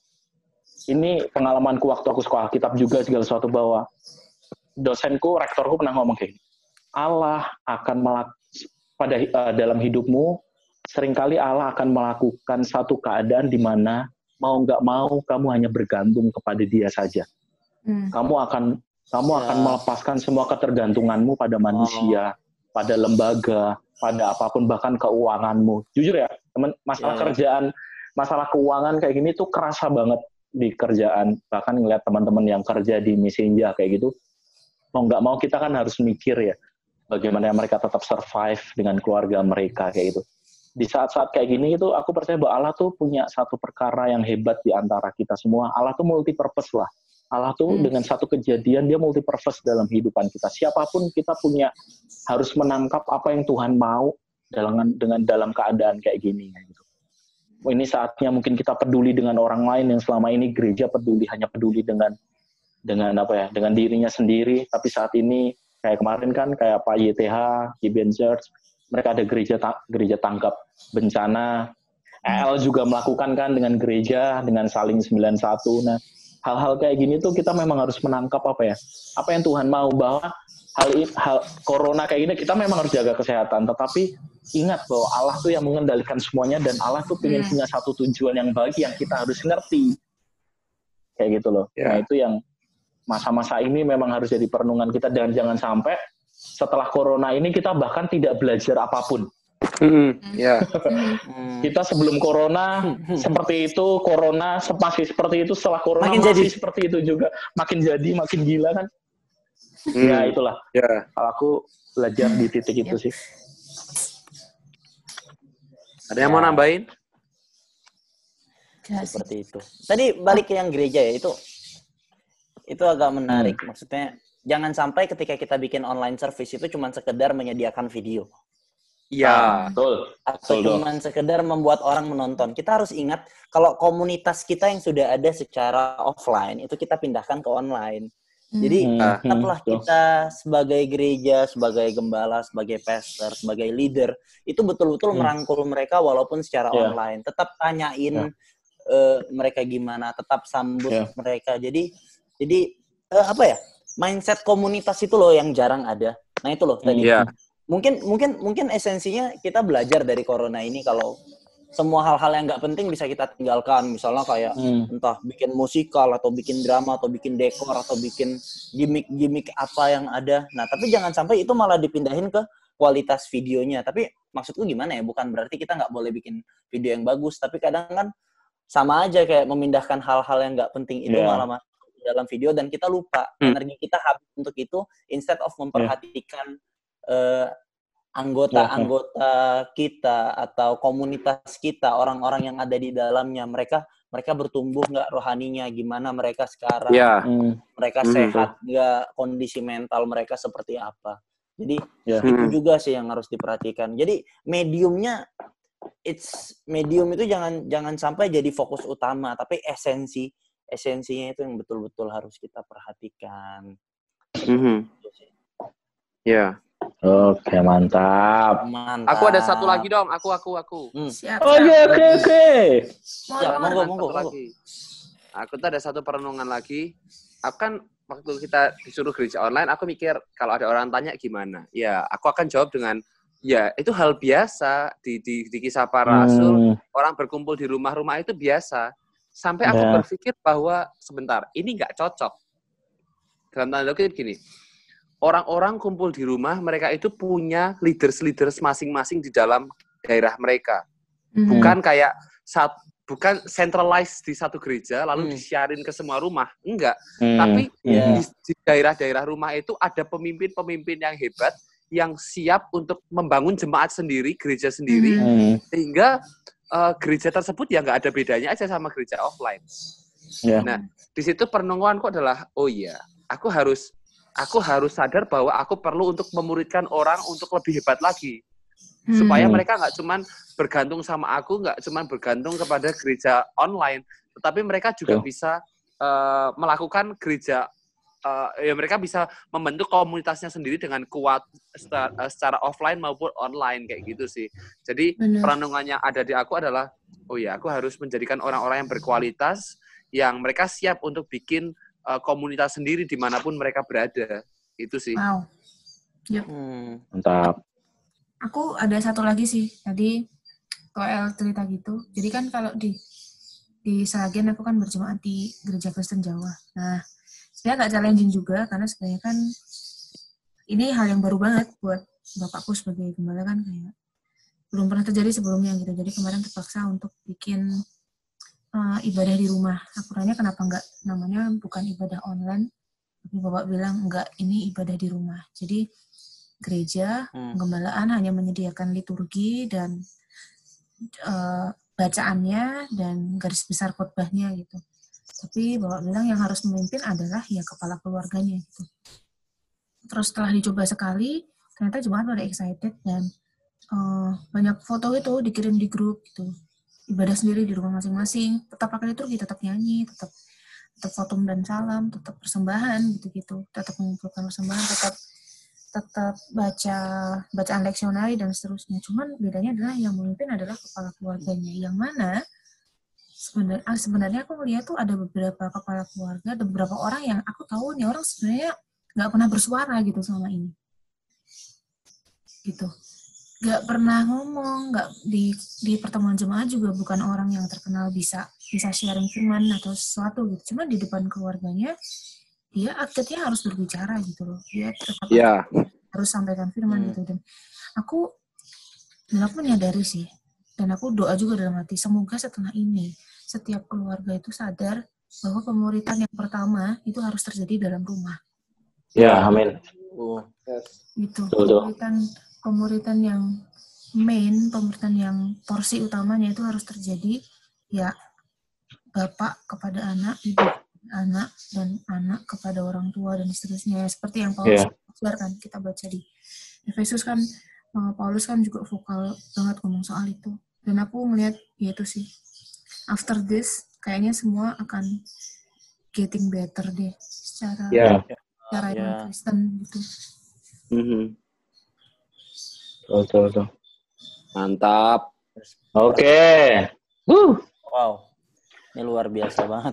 C: ini pengalamanku waktu aku sekolah kitab juga segala sesuatu, bahwa dosenku, rektorku pernah ngomong kayak Allah akan melak- pada uh, dalam hidupmu, seringkali Allah akan melakukan satu keadaan di mana mau nggak mau kamu hanya bergantung kepada Dia saja. Hmm. Kamu akan kamu ya. akan melepaskan semua ketergantunganmu pada manusia, oh. pada lembaga, pada apapun, bahkan keuanganmu. Jujur ya, teman, masalah ya, kerjaan, ya. masalah keuangan kayak gini tuh kerasa banget di kerjaan. Bahkan ngeliat teman-teman yang kerja di Messenger kayak gitu, mau nggak mau kita kan harus mikir ya, bagaimana mereka tetap survive dengan keluarga mereka kayak gitu. Di saat-saat kayak gini itu, aku percaya bahwa Allah tuh punya satu perkara yang hebat di antara kita semua. Allah tuh multi-purpose lah. Allah tuh hmm. dengan satu kejadian, dia multi-purpose dalam kehidupan kita. Siapapun kita punya, harus menangkap apa yang Tuhan mau dalam, dengan dalam keadaan kayak gini. Gitu. Ini saatnya mungkin kita peduli dengan orang lain yang selama ini gereja peduli, hanya peduli dengan dengan apa ya, dengan dirinya sendiri. Tapi saat ini, kayak kemarin kan, kayak Pak Y T H, Gibeon Church, mereka ada gereja ta- gereja tanggap bencana. E L juga melakukan kan dengan gereja, dengan saling sembilan satu. Nah, hal-hal kayak gini tuh kita memang harus menangkap apa ya, apa yang Tuhan mau, bahwa hal, hal corona kayak gini kita memang harus jaga kesehatan, tetapi ingat bahwa Allah tuh yang mengendalikan semuanya, dan Allah tuh ingin hmm. punya satu tujuan yang baik yang kita harus ngerti. Kayak gitu loh. Yeah. Nah, itu yang masa-masa ini memang harus jadi perenungan kita, dan jangan sampai setelah corona ini kita bahkan tidak belajar apapun.
D: Mm-hmm. Yeah.
C: Kita sebelum corona seperti itu, corona masih seperti itu, setelah corona makin masih jadi seperti itu juga, makin jadi makin gila kan. Mm. Ya itulah. Yeah. Kalau aku belajar di titik itu yep. sih.
D: Ada yang ya. mau nambahin?
A: Seperti itu. Tadi balik ke yang gereja ya, itu itu agak menarik. Hmm. Maksudnya jangan sampai ketika kita bikin online service itu cuma sekedar menyediakan video.
D: Iya,
C: betul.
A: Atau cuma sekedar membuat orang menonton. Kita harus ingat kalau komunitas kita yang sudah ada secara offline itu kita pindahkan ke online. Jadi hmm. tetaplah kita sebagai gereja, sebagai gembala, sebagai pastor, sebagai leader itu betul-betul hmm. merangkul mereka walaupun secara yeah. online. Tetap tanyain yeah. uh, mereka gimana, tetap sambut yeah. mereka. Jadi jadi uh, apa ya? Mindset komunitas itu loh yang jarang ada. Nah itu loh tadi.
D: Yeah.
A: Mungkin mungkin mungkin esensinya kita belajar dari corona ini kalau semua hal-hal yang nggak penting bisa kita tinggalkan. Misalnya kayak hmm. entah bikin musikal atau bikin drama atau bikin dekor atau bikin gimmick-gimmick apa yang ada. Nah tapi jangan sampai itu malah dipindahin ke kualitas videonya. Tapi maksudku gimana ya? Bukan berarti kita nggak boleh bikin video yang bagus. Tapi kadang kan sama aja kayak memindahkan hal-hal yang nggak penting itu yeah. malah masuk dalam video dan kita lupa hmm. energi kita habis untuk itu instead of memperhatikan yeah. uh, anggota-anggota kita atau komunitas kita, orang-orang yang ada di dalamnya, mereka mereka bertumbuh nggak rohaninya, gimana mereka sekarang,
D: yeah.
A: mereka mm-hmm. sehat nggak, kondisi mental mereka seperti apa. Jadi yeah. itu juga sih yang harus diperhatikan. Jadi mediumnya, it's medium itu jangan jangan sampai jadi fokus utama, tapi esensi esensinya itu yang betul-betul harus kita perhatikan.
D: Mm-hmm. Ya. Yeah.
C: Oke, mantap.
A: Mantap.
D: Aku ada satu lagi dong. Aku, aku, aku.
A: Hmm.
B: Siap.
C: Oke, oke, oke.
A: Siap, monggo, monggo, monggo.
D: Aku tuh ada satu perenungan lagi. Aku kan waktu kita disuruh gereja online, aku mikir kalau ada orang tanya gimana. Ya, aku akan jawab dengan, ya itu hal biasa di di, di kisah para rasul. Hmm. Orang berkumpul di rumah-rumah itu biasa. Sampai aku
C: Ya.
D: berpikir bahwa sebentar, ini nggak cocok. Dalam tanda kutip gini, orang-orang kumpul di rumah, mereka itu punya leaders-leaders masing-masing di dalam daerah mereka.
B: Mhm.
D: Bukan kayak saat bukan centralized di satu gereja lalu
A: Hmm.
D: disiarin ke semua rumah, enggak.
C: Hmm.
D: Tapi
A: Iya.
D: di, di daerah-daerah rumah itu ada pemimpin-pemimpin yang hebat yang siap untuk membangun jemaat sendiri, gereja sendiri,
B: Mhm.
C: Hmm.
D: sehingga uh, gereja tersebut ya nggak ada bedanya aja sama gereja offline.
C: Ya.
D: Nah, di situ perenunganku adalah, oh iya, aku harus aku harus sadar bahwa aku perlu untuk memuridkan orang untuk lebih hebat lagi. Supaya
C: Hmm.
D: mereka nggak cuman bergantung sama aku, nggak cuman bergantung kepada gereja online, tetapi mereka juga
C: Betul.
D: bisa uh, melakukan gereja, uh, ya mereka bisa membentuk komunitasnya sendiri dengan kuat secara, secara offline maupun online kayak gitu sih. Jadi
B: Benar.
D: perenungan yang ada di aku adalah, oh ya, aku harus menjadikan orang-orang yang berkualitas, yang mereka siap untuk bikin uh, komunitas sendiri dimanapun mereka berada. Itu sih.
B: Wow. Yep.
A: Hmm.
C: Mantap.
B: Aku ada satu lagi sih. Tadi Koel cerita gitu. Jadi kan kalau di di Sragen aku kan berjemaat di Gereja Kristen Jawa. Nah, sebenarnya agak challenging juga karena sebenarnya kan ini hal yang baru banget buat bapakku sebagai gembala kan kayak belum pernah terjadi sebelumnya gitu. Jadi kemarin terpaksa untuk bikin uh, ibadah di rumah. Aku tanya kenapa enggak namanya bukan ibadah online, tapi bapak bilang enggak, ini ibadah di rumah. Jadi gereja
A: Hmm.
B: penggembalaan hanya menyediakan liturgi dan uh, bacaannya dan garis besar khotbahnya gitu. Tapi bapak bilang yang harus memimpin adalah ya kepala keluarganya gitu. Terus setelah dicoba sekali, ternyata jemaat pada excited dan uh, banyak foto itu dikirim di grup gitu. Ibadah sendiri di rumah masing-masing, tetap pakai liturgi, tetap nyanyi, tetap tetap khotum dan salam, tetap persembahan gitu-gitu, tetap mengumpulkan persembahan, tetap tetap baca bacaan leksionari dan seterusnya. Cuman bedanya adalah yang memimpin adalah kepala keluarganya. Yang mana sebenarnya sebenarnya aku melihat tuh ada beberapa kepala keluarga, ada beberapa orang yang aku tahu nih orang sebenarnya nggak pernah bersuara gitu selama ini. Gitu. Nggak pernah ngomong, nggak di di pertemuan jemaat juga bukan orang yang terkenal bisa bisa sharing firman atau sesuatu gitu. Cuma di depan keluarganya dia akhirnya harus berbicara gitu loh. Dia tetap
D: Ya.
B: harus sampaikan firman
A: Hmm.
B: gitu. Dan aku dan aku menyadari sih, dan aku doa juga dalam hati, semoga setelah ini setiap keluarga itu sadar bahwa pemuritan yang pertama itu harus terjadi dalam rumah.
C: Ya, amin.
A: Uh.
B: Gitu.
C: Betul, betul.
B: Pemuritan pemuritan yang main, pemuritan yang porsi utamanya itu harus terjadi ya bapak kepada anak, ibu kepada anak, dan anak kepada orang tua dan seterusnya. Seperti yang Paulus
C: Yeah.
B: ajarkan, kita baca di Efesus kan, Paulus kan juga vokal banget ngomong soal itu. Dan aku ngelihat ya itu sih, after this kayaknya semua akan getting better deh secara
C: Ya.
B: secara
A: Ya.
B: Kristen gitu.
D: Mhm.
C: Betul, betul.
D: Mantap.
C: Oke. Wuh.
A: Wow, ini luar biasa banget.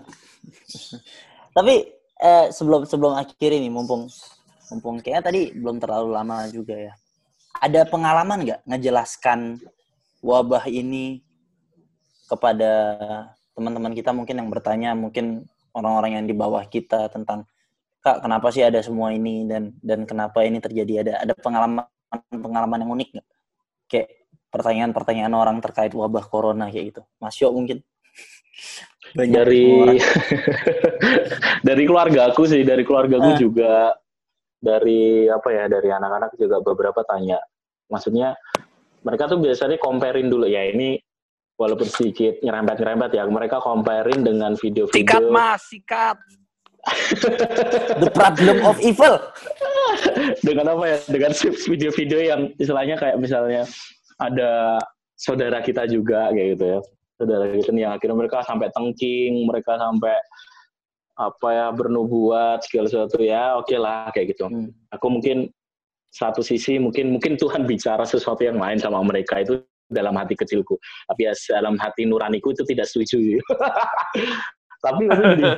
A: Tapi eh, sebelum sebelum akhir ini, mumpung mumpung kayaknya tadi belum terlalu lama juga ya. Ada pengalaman nggak ngejelaskan wabah ini kepada teman-teman kita mungkin yang bertanya, mungkin orang-orang yang di bawah kita tentang Kak, kenapa sih ada semua ini dan dan kenapa ini terjadi? Ada ada pengalaman pengalaman yang unik nggak? Kayak pertanyaan-pertanyaan orang terkait wabah corona kayak gitu. Mas Yo mungkin. Banyak
C: dari
A: orang.
C: dari keluargaku sih, dari keluargaku
A: Ah.
C: juga, dari apa ya, dari anak-anak juga beberapa tanya. Maksudnya mereka tuh biasanya comparein dulu ya, ini walaupun sedikit nyerempet-nyerempet ya, mereka comparein dengan video-video.
D: Sikat mas, sikat.
A: The problem of evil.
C: Dengan apa ya? Dengan video-video yang istilahnya kayak misalnya ada saudara kita juga kayak gitu ya. Saudara kita yang akhirnya mereka sampai tengking, mereka sampai apa ya, bernubuat segala sesuatu ya. Oke okay lah kayak gitu.
A: Hmm.
C: Aku mungkin satu sisi mungkin mungkin Tuhan bicara sesuatu yang lain sama mereka itu dalam hati kecilku. Tapi ya dalam hati nuraniku itu tidak setuju. Tapi maksudnya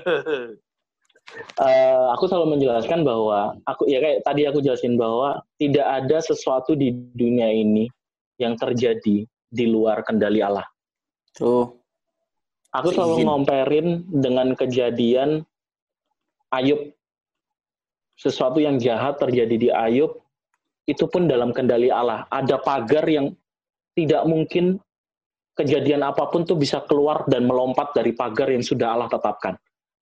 C: Uh, aku selalu menjelaskan bahwa aku ya kayak tadi aku jelasin bahwa tidak ada sesuatu di dunia ini yang terjadi di luar kendali Allah.
A: Tuh.
C: Aku selalu
A: Seizin.
C: ngomperin dengan kejadian Ayub. Sesuatu yang jahat terjadi di Ayub, itu pun dalam kendali Allah. Ada pagar yang tidak mungkin kejadian apapun tuh bisa keluar dan melompat dari pagar yang sudah Allah tetapkan.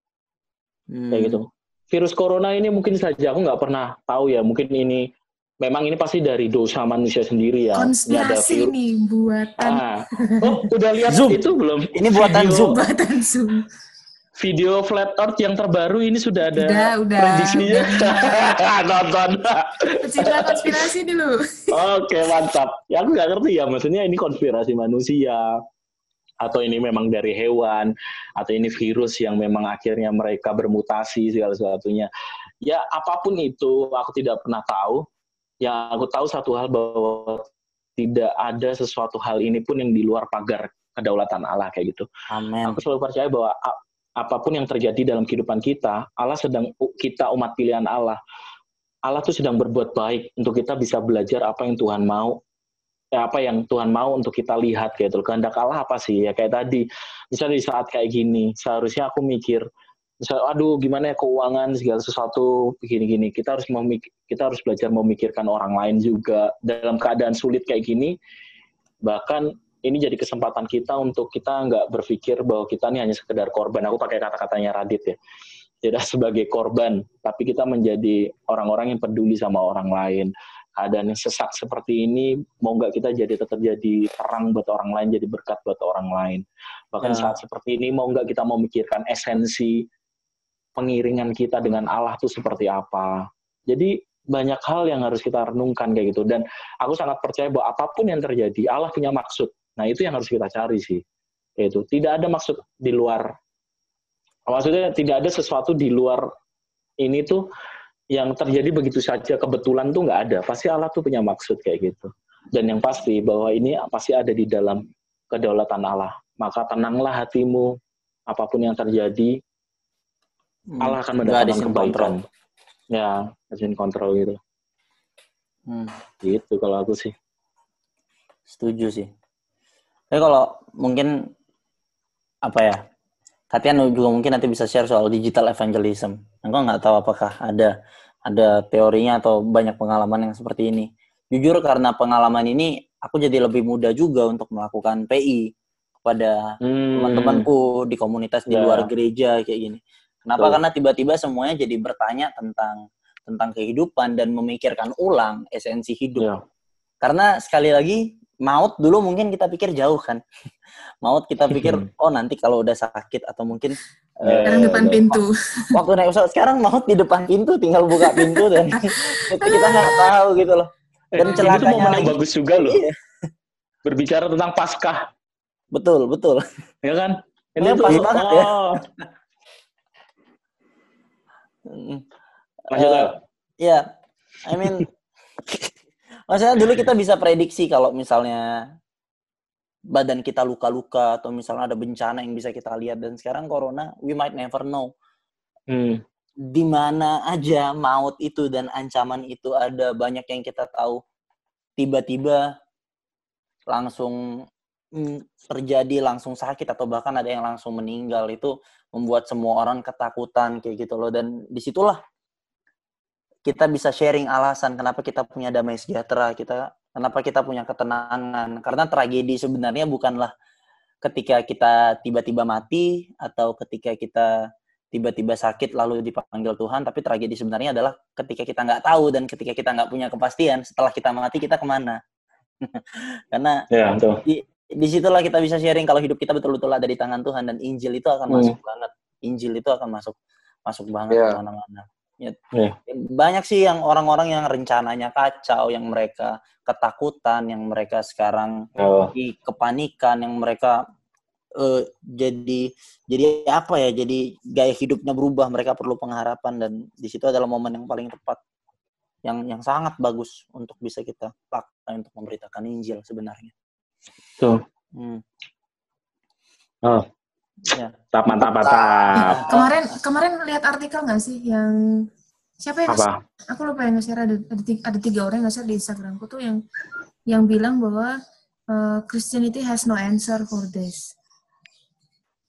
A: Hmm.
C: Kayak gitu. Virus corona ini mungkin saja, aku nggak pernah tahu ya, mungkin ini, memang ini pasti dari dosa manusia sendiri ya.
B: Konspirasi
C: ini
B: nih buatan.
C: Ah. Oh, udah lihat
A: Zoom.
C: itu belum?
A: Ini buatan
C: video,
A: Zoom.
B: Buatan Zoom.
C: Video flat earth yang terbaru ini sudah ada
B: Udah, udah.
C: prediksinya. Nonton.
B: Pecinta konspirasi dulu.
C: Oke, mantap. Ya aku nggak ngerti ya, maksudnya ini konspirasi manusia, atau ini memang dari hewan, atau ini virus yang memang akhirnya mereka bermutasi segala sesuatunya. Ya apapun itu, aku tidak pernah tahu. Yang aku tahu satu hal, bahwa tidak ada sesuatu hal ini pun yang di luar pagar kedaulatan Allah kayak gitu.
A: Amin.
C: Aku selalu percaya bahwa apapun yang terjadi dalam kehidupan kita, Allah sedang, kita umat pilihan Allah, Allah tuh sedang berbuat baik untuk kita bisa belajar apa yang Tuhan mau, ya, apa yang Tuhan mau untuk kita lihat gitu. Kehendak Allah apa sih? Ya kayak tadi, misalnya di saat kayak gini, seharusnya aku mikir, misalnya, aduh gimana ya keuangan segala sesuatu begini-gini. Kita harus memik- kita harus belajar memikirkan orang lain juga dalam keadaan sulit kayak gini. Bahkan ini jadi kesempatan kita untuk kita nggak berpikir bahwa kita ini hanya sekedar korban. Aku pakai kata-katanya Radit ya. Tidak sebagai korban, tapi kita menjadi orang-orang yang peduli sama orang lain. Keadaan yang sesak seperti ini, mau nggak kita jadi tetap jadi terang buat orang lain, jadi berkat buat orang lain. Bahkan
A: Ya.
C: saat seperti ini, mau nggak kita memikirkan esensi pengiringan kita dengan Allah itu seperti apa. Jadi banyak hal yang harus kita renungkan kayak gitu. Dan aku sangat percaya bahwa apapun yang terjadi, Allah punya maksud. Nah itu yang harus kita cari sih. Itu tidak ada maksud di luar. Maksudnya tidak ada sesuatu di luar ini tuh yang terjadi begitu saja kebetulan tuh nggak ada. Pasti Allah tuh punya maksud kayak gitu. Dan yang pasti bahwa ini pasti ada di dalam kedaulatan Allah. Maka tenanglah hatimu, apapun yang terjadi, Allah akan mendatangkan kebaikan. Ya, izin kontrol gitu.
A: Hmm.
C: Gitu kalau aku sih.
A: Setuju sih. Tapi kalau mungkin apa ya? Katian juga mungkin nanti bisa share soal digital evangelism. Aku nggak tahu apakah ada ada teorinya atau banyak pengalaman yang seperti ini. Jujur karena pengalaman ini aku jadi lebih mudah juga untuk melakukan P I kepada hmm. teman-temanku di komunitas di yeah. luar gereja kayak gini. Kenapa? So. Karena tiba-tiba semuanya jadi bertanya tentang tentang kehidupan dan memikirkan ulang esensi hidup. Yeah. Karena sekali lagi maut dulu mungkin kita pikir jauh kan. Maut kita pikir oh nanti kalau udah sakit atau mungkin
B: sekarang uh, depan pintu.
A: Waktu naik pesawat sekarang maut di depan pintu, tinggal buka pintu dan kita nggak tahu gitu loh. Dan
C: eh, celakanya itu momen yang bagus juga loh. Iya. Berbicara tentang Paskah.
A: Betul, betul.
C: Ya kan?
A: Ini oh, pas banget oh. ya.
C: Lanjut uh,
A: ya, I mean maksudnya dulu kita bisa prediksi kalau misalnya badan kita luka-luka atau misalnya ada bencana yang bisa kita lihat, dan sekarang corona we might never know.
C: Hmm.
A: Di mana aja maut itu dan ancaman itu ada, banyak yang kita tahu tiba-tiba langsung hmm, terjadi, langsung sakit atau bahkan ada yang langsung meninggal. Itu membuat semua orang ketakutan kayak gitu loh, dan disitulah kita bisa sharing alasan kenapa kita punya damai sejahtera, kita kenapa kita punya ketenangan. Karena tragedi sebenarnya bukanlah ketika kita tiba-tiba mati atau ketika kita tiba-tiba sakit lalu dipanggil Tuhan, tapi tragedi sebenarnya adalah ketika kita nggak tahu dan ketika kita nggak punya kepastian setelah kita mati kita kemana. Karena
C: ya,
A: di, disitulah kita bisa sharing kalau hidup kita betul-betul ada di tangan Tuhan, dan Injil itu akan hmm. masuk banget. Injil itu akan masuk masuk banget yeah. kemana-mana. Ya, yeah. Banyak sih yang orang-orang yang rencananya kacau, yang mereka ketakutan, yang mereka sekarang oh. di kepanikan, yang mereka uh, jadi jadi apa ya? Jadi gaya hidupnya berubah, mereka perlu pengharapan, dan di situ adalah momen yang paling tepat, yang yang sangat bagus untuk bisa kita pakai untuk memberitakan Injil sebenarnya.
C: Tuh.
A: Hmm.
C: Oh. Ya. Mantap, mantap, mantap.
B: Kemarin kemarin lihat artikel nggak sih yang siapa yang
C: Apa?
B: Aku lupa yang nge-share, ada ada tiga, ada tiga orang yang nge-share di Instagramku tuh yang yang bilang bahwa uh, Christianity has no answer for this.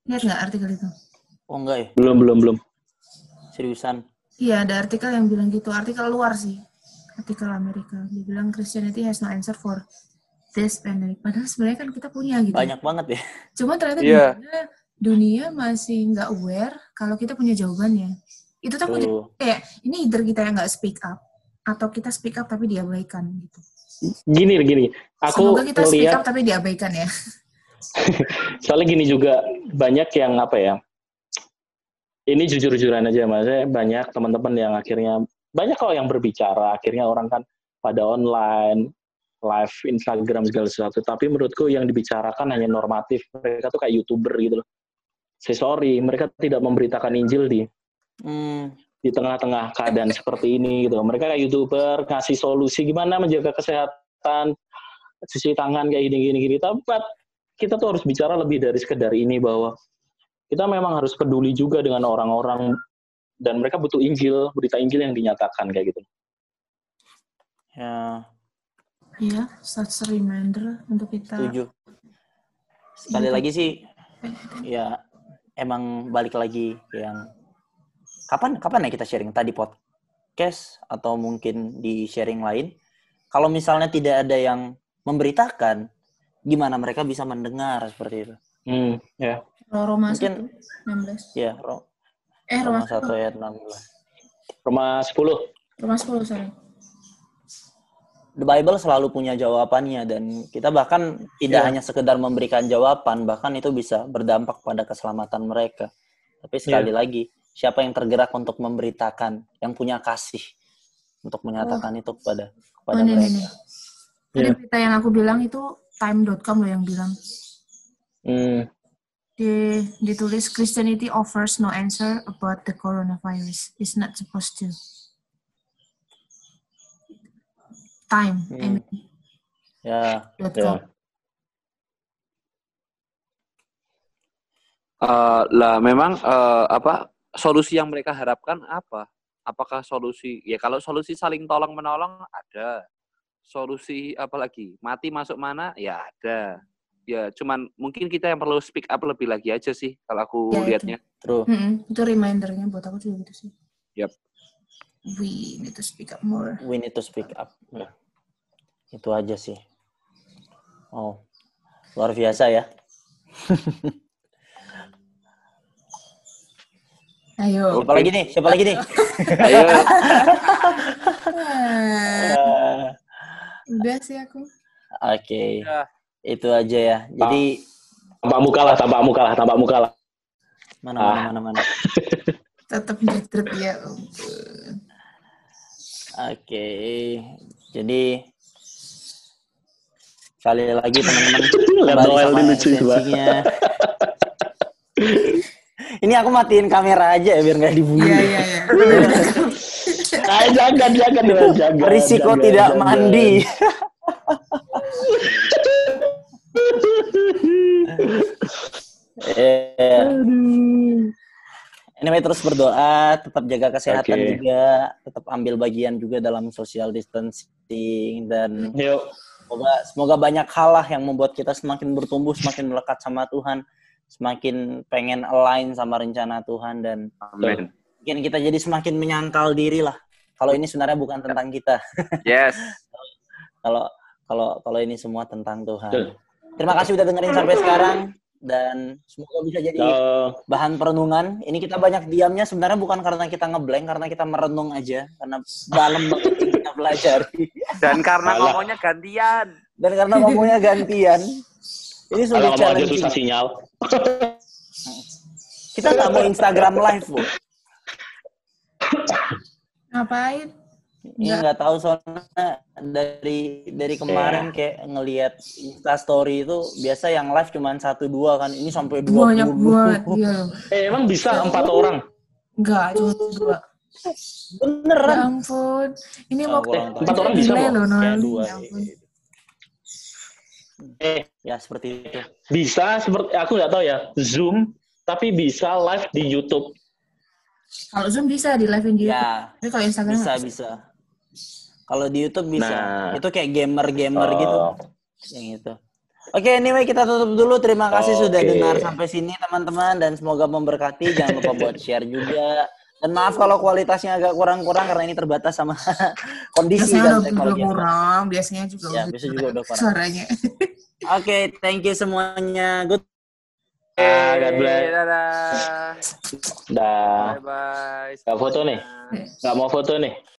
B: Lihat nggak artikel itu?
A: Oh enggak ya?
C: Belum, belum, belum.
A: Seriusan?
B: Iya, ada artikel yang bilang gitu. Artikel luar sih. Artikel Amerika. Dia bilang Christianity has no answer for this pandemic. Padahal sebenarnya kan kita punya gitu.
A: Banyak banget ya.
B: Cuma ternyata
D: Iya.
B: dunia, dunia masih nggak aware kalau kita punya jawabannya. Itu tuh aku jadi
A: Tuh.
B: kayak, ini either kita yang nggak speak up, atau kita speak up tapi diabaikan gitu.
C: Gini, gini. Aku
B: Semoga kita speak
C: ngeliat,
B: up tapi diabaikan ya.
C: soalnya gini juga, banyak yang apa ya, ini jujur-jujuran aja, maksudnya banyak teman-teman yang akhirnya, banyak kok yang berbicara, akhirnya orang kan pada online, live Instagram segala sesuatu, tapi menurutku yang dibicarakan hanya normatif, mereka tuh kayak YouTuber gitu loh. Say sorry, mereka tidak memberitakan Injil di
A: Hmm.
C: di tengah-tengah keadaan seperti ini gitu. Mereka kayak YouTuber ngasih solusi gimana menjaga kesehatan, cuci tangan kayak gini-gini gini. Tapi kita tuh harus bicara lebih dari sekedar ini, bahwa kita memang harus peduli juga dengan orang-orang dan mereka butuh Injil, berita Injil yang dinyatakan kayak gitu.
A: Ya,
B: Iya, such a reminder untuk kita.
A: setuju. Sekali lagi sih, ya emang balik lagi ke yang kapan kapan ya kita sharing tadi podcast atau mungkin di sharing lain. Kalau misalnya tidak ada yang memberitakan, gimana mereka bisa mendengar seperti itu?
C: Hmm, ya.
B: Roma
A: Mungkin-
B: satu, enam belas.
A: Ya, Ro-
B: Eh, Roma
A: Roma satu
B: satu.
A: ayat enam belas.
C: Roma sepuluh.
B: Roma sepuluh, sorry.
A: The Bible selalu punya jawabannya dan kita bahkan tidak
C: Yeah.
A: hanya sekedar memberikan jawaban, bahkan itu bisa berdampak pada keselamatan mereka. Tapi sekali lagi, siapa yang tergerak untuk memberitakan, yang punya kasih untuk menyatakan itu kepada kepada
B: Oh, ini,
A: mereka.
B: ini. Tadi
C: Iya.
B: berita yang aku bilang itu time dot com loh yang bilang.
C: Hmm,
B: Di, ditulis Christianity offers no answer about the coronavirus. It's not supposed to. Time, I
A: Hmm.
B: mean,
A: Ya,
B: dot
C: ya.
B: com.
D: Eh, lah memang eh, apa solusi yang mereka harapkan apa? Apakah solusi ya kalau solusi saling tolong menolong ada. Solusi apa lagi? Mati masuk mana? Ya ada. Ya cuman mungkin kita yang perlu speak up lebih lagi aja sih kalau aku
B: Ya, itu.
D: lihatnya.
A: true.
B: Mm-mm, itu remindernya buat aku juga gitu sih.
D: Yap.
B: We need to speak up more.
A: We need to speak up. Ya. Itu aja sih. Oh, luar biasa ya.
B: Ayo.
A: Siapa lagi nih? Siapa lagi nih?
D: Ayo.
B: Ah,
A: Eh,
B: udah sih aku.
A: Oke,
D: Ya.
A: itu aja ya. Jadi
C: Tampakmu kalah, tampakmu kalah, tampakmu kalah.
A: mana
C: Ah.
A: mana mana mana.
B: Tetap jitret ya. ampun.
A: Oke, jadi sekali lagi teman-teman
C: Lihat
A: kembali
C: Noel
A: sama
C: ini lucu banget.
A: esensinya. Ini aku matiin kamera aja ya biar nggak dibully.
B: Iya, iya, iya.
C: Ah, jangan, jangan, jangan, jangan.
A: Risiko
C: jangan,
A: tidak
C: jangan.
A: mandi. Eh, Anyway, terus berdoa, tetap jaga kesehatan
C: Oke.
A: juga, tetap ambil bagian juga dalam social distancing, dan
C: Yuk.
A: semoga, semoga banyak hal lah yang membuat kita semakin bertumbuh, semakin melekat sama Tuhan, semakin pengen align sama rencana Tuhan, dan
D: Amin.
A: mungkin kita jadi semakin menyangkal diri lah. Kalau ini sebenarnya bukan tentang kita,
D: Yes.
A: kalau kalau kalau ini semua tentang Tuhan.
C: Betul.
A: Terima kasih udah dengerin sampai sekarang, dan semoga bisa jadi
C: Uh,
A: bahan perenungan. Ini kita banyak diamnya sebenarnya bukan karena kita ngeblank, karena kita merenung aja, karena dalam banget yang kita pelajari.
D: Dan karena
C: Alah.
D: ngomongnya gantian.
A: Dan karena ngomongnya gantian, ini
C: kalau
A: sudah
C: ngomong aja
A: challenging.
C: susah sinyal.
A: Kita nggak mau Instagram live, Bu.
B: Ngapain?
A: Ini nggak tahu soalnya dari dari kemarin kayak ngelihat Insta story itu biasa yang live cuma satu dua kan, ini sampai dua
B: Banyak
A: puluh.
B: banget. Iya loh.
C: Eh, emang bisa empat orang?
B: Enggak, cuma dua. Ya
A: Beneran.
B: ampun. Ini
A: Oh,
B: waktu
A: kurang tahu.
C: Empat orang bisa,
B: delay
C: Bang?
B: loh,
A: Kayak
B: Noel.
A: dua.
B: Ya ampun.
C: Eh,
A: Ya seperti itu.
C: bisa seperti aku nggak tahu ya, Zoom tapi bisa live di YouTube.
B: Kalau Zoom bisa di live-in di YouTube.
A: Ya
B: Tapi kalau Instagram
A: bisa
B: nggak
A: bisa. Kalau di YouTube bisa.
C: Nah.
A: Itu kayak gamer-gamer
C: Oh.
A: gitu. Yang itu. Oke, anyway kita tutup dulu. Terima kasih sudah
C: Oke.
A: dengar sampai sini teman-teman dan semoga memberkati. Jangan lupa buat share juga. Dan maaf kalau kualitasnya agak kurang-kurang karena ini terbatas sama kondisi
B: Biasanya
A: dan
B: udah, udah
A: teknologi. yang
B: kurang, biasanya juga
A: Ya,
B: udah,
A: biasanya juga udah kurang.
B: suaranya.
A: Oke, thank you semuanya. Good.
C: Ah, God bless.
D: Dadah.
C: Dah.
D: Bye bye.
C: Nggak foto nih? Nggak mau foto nih?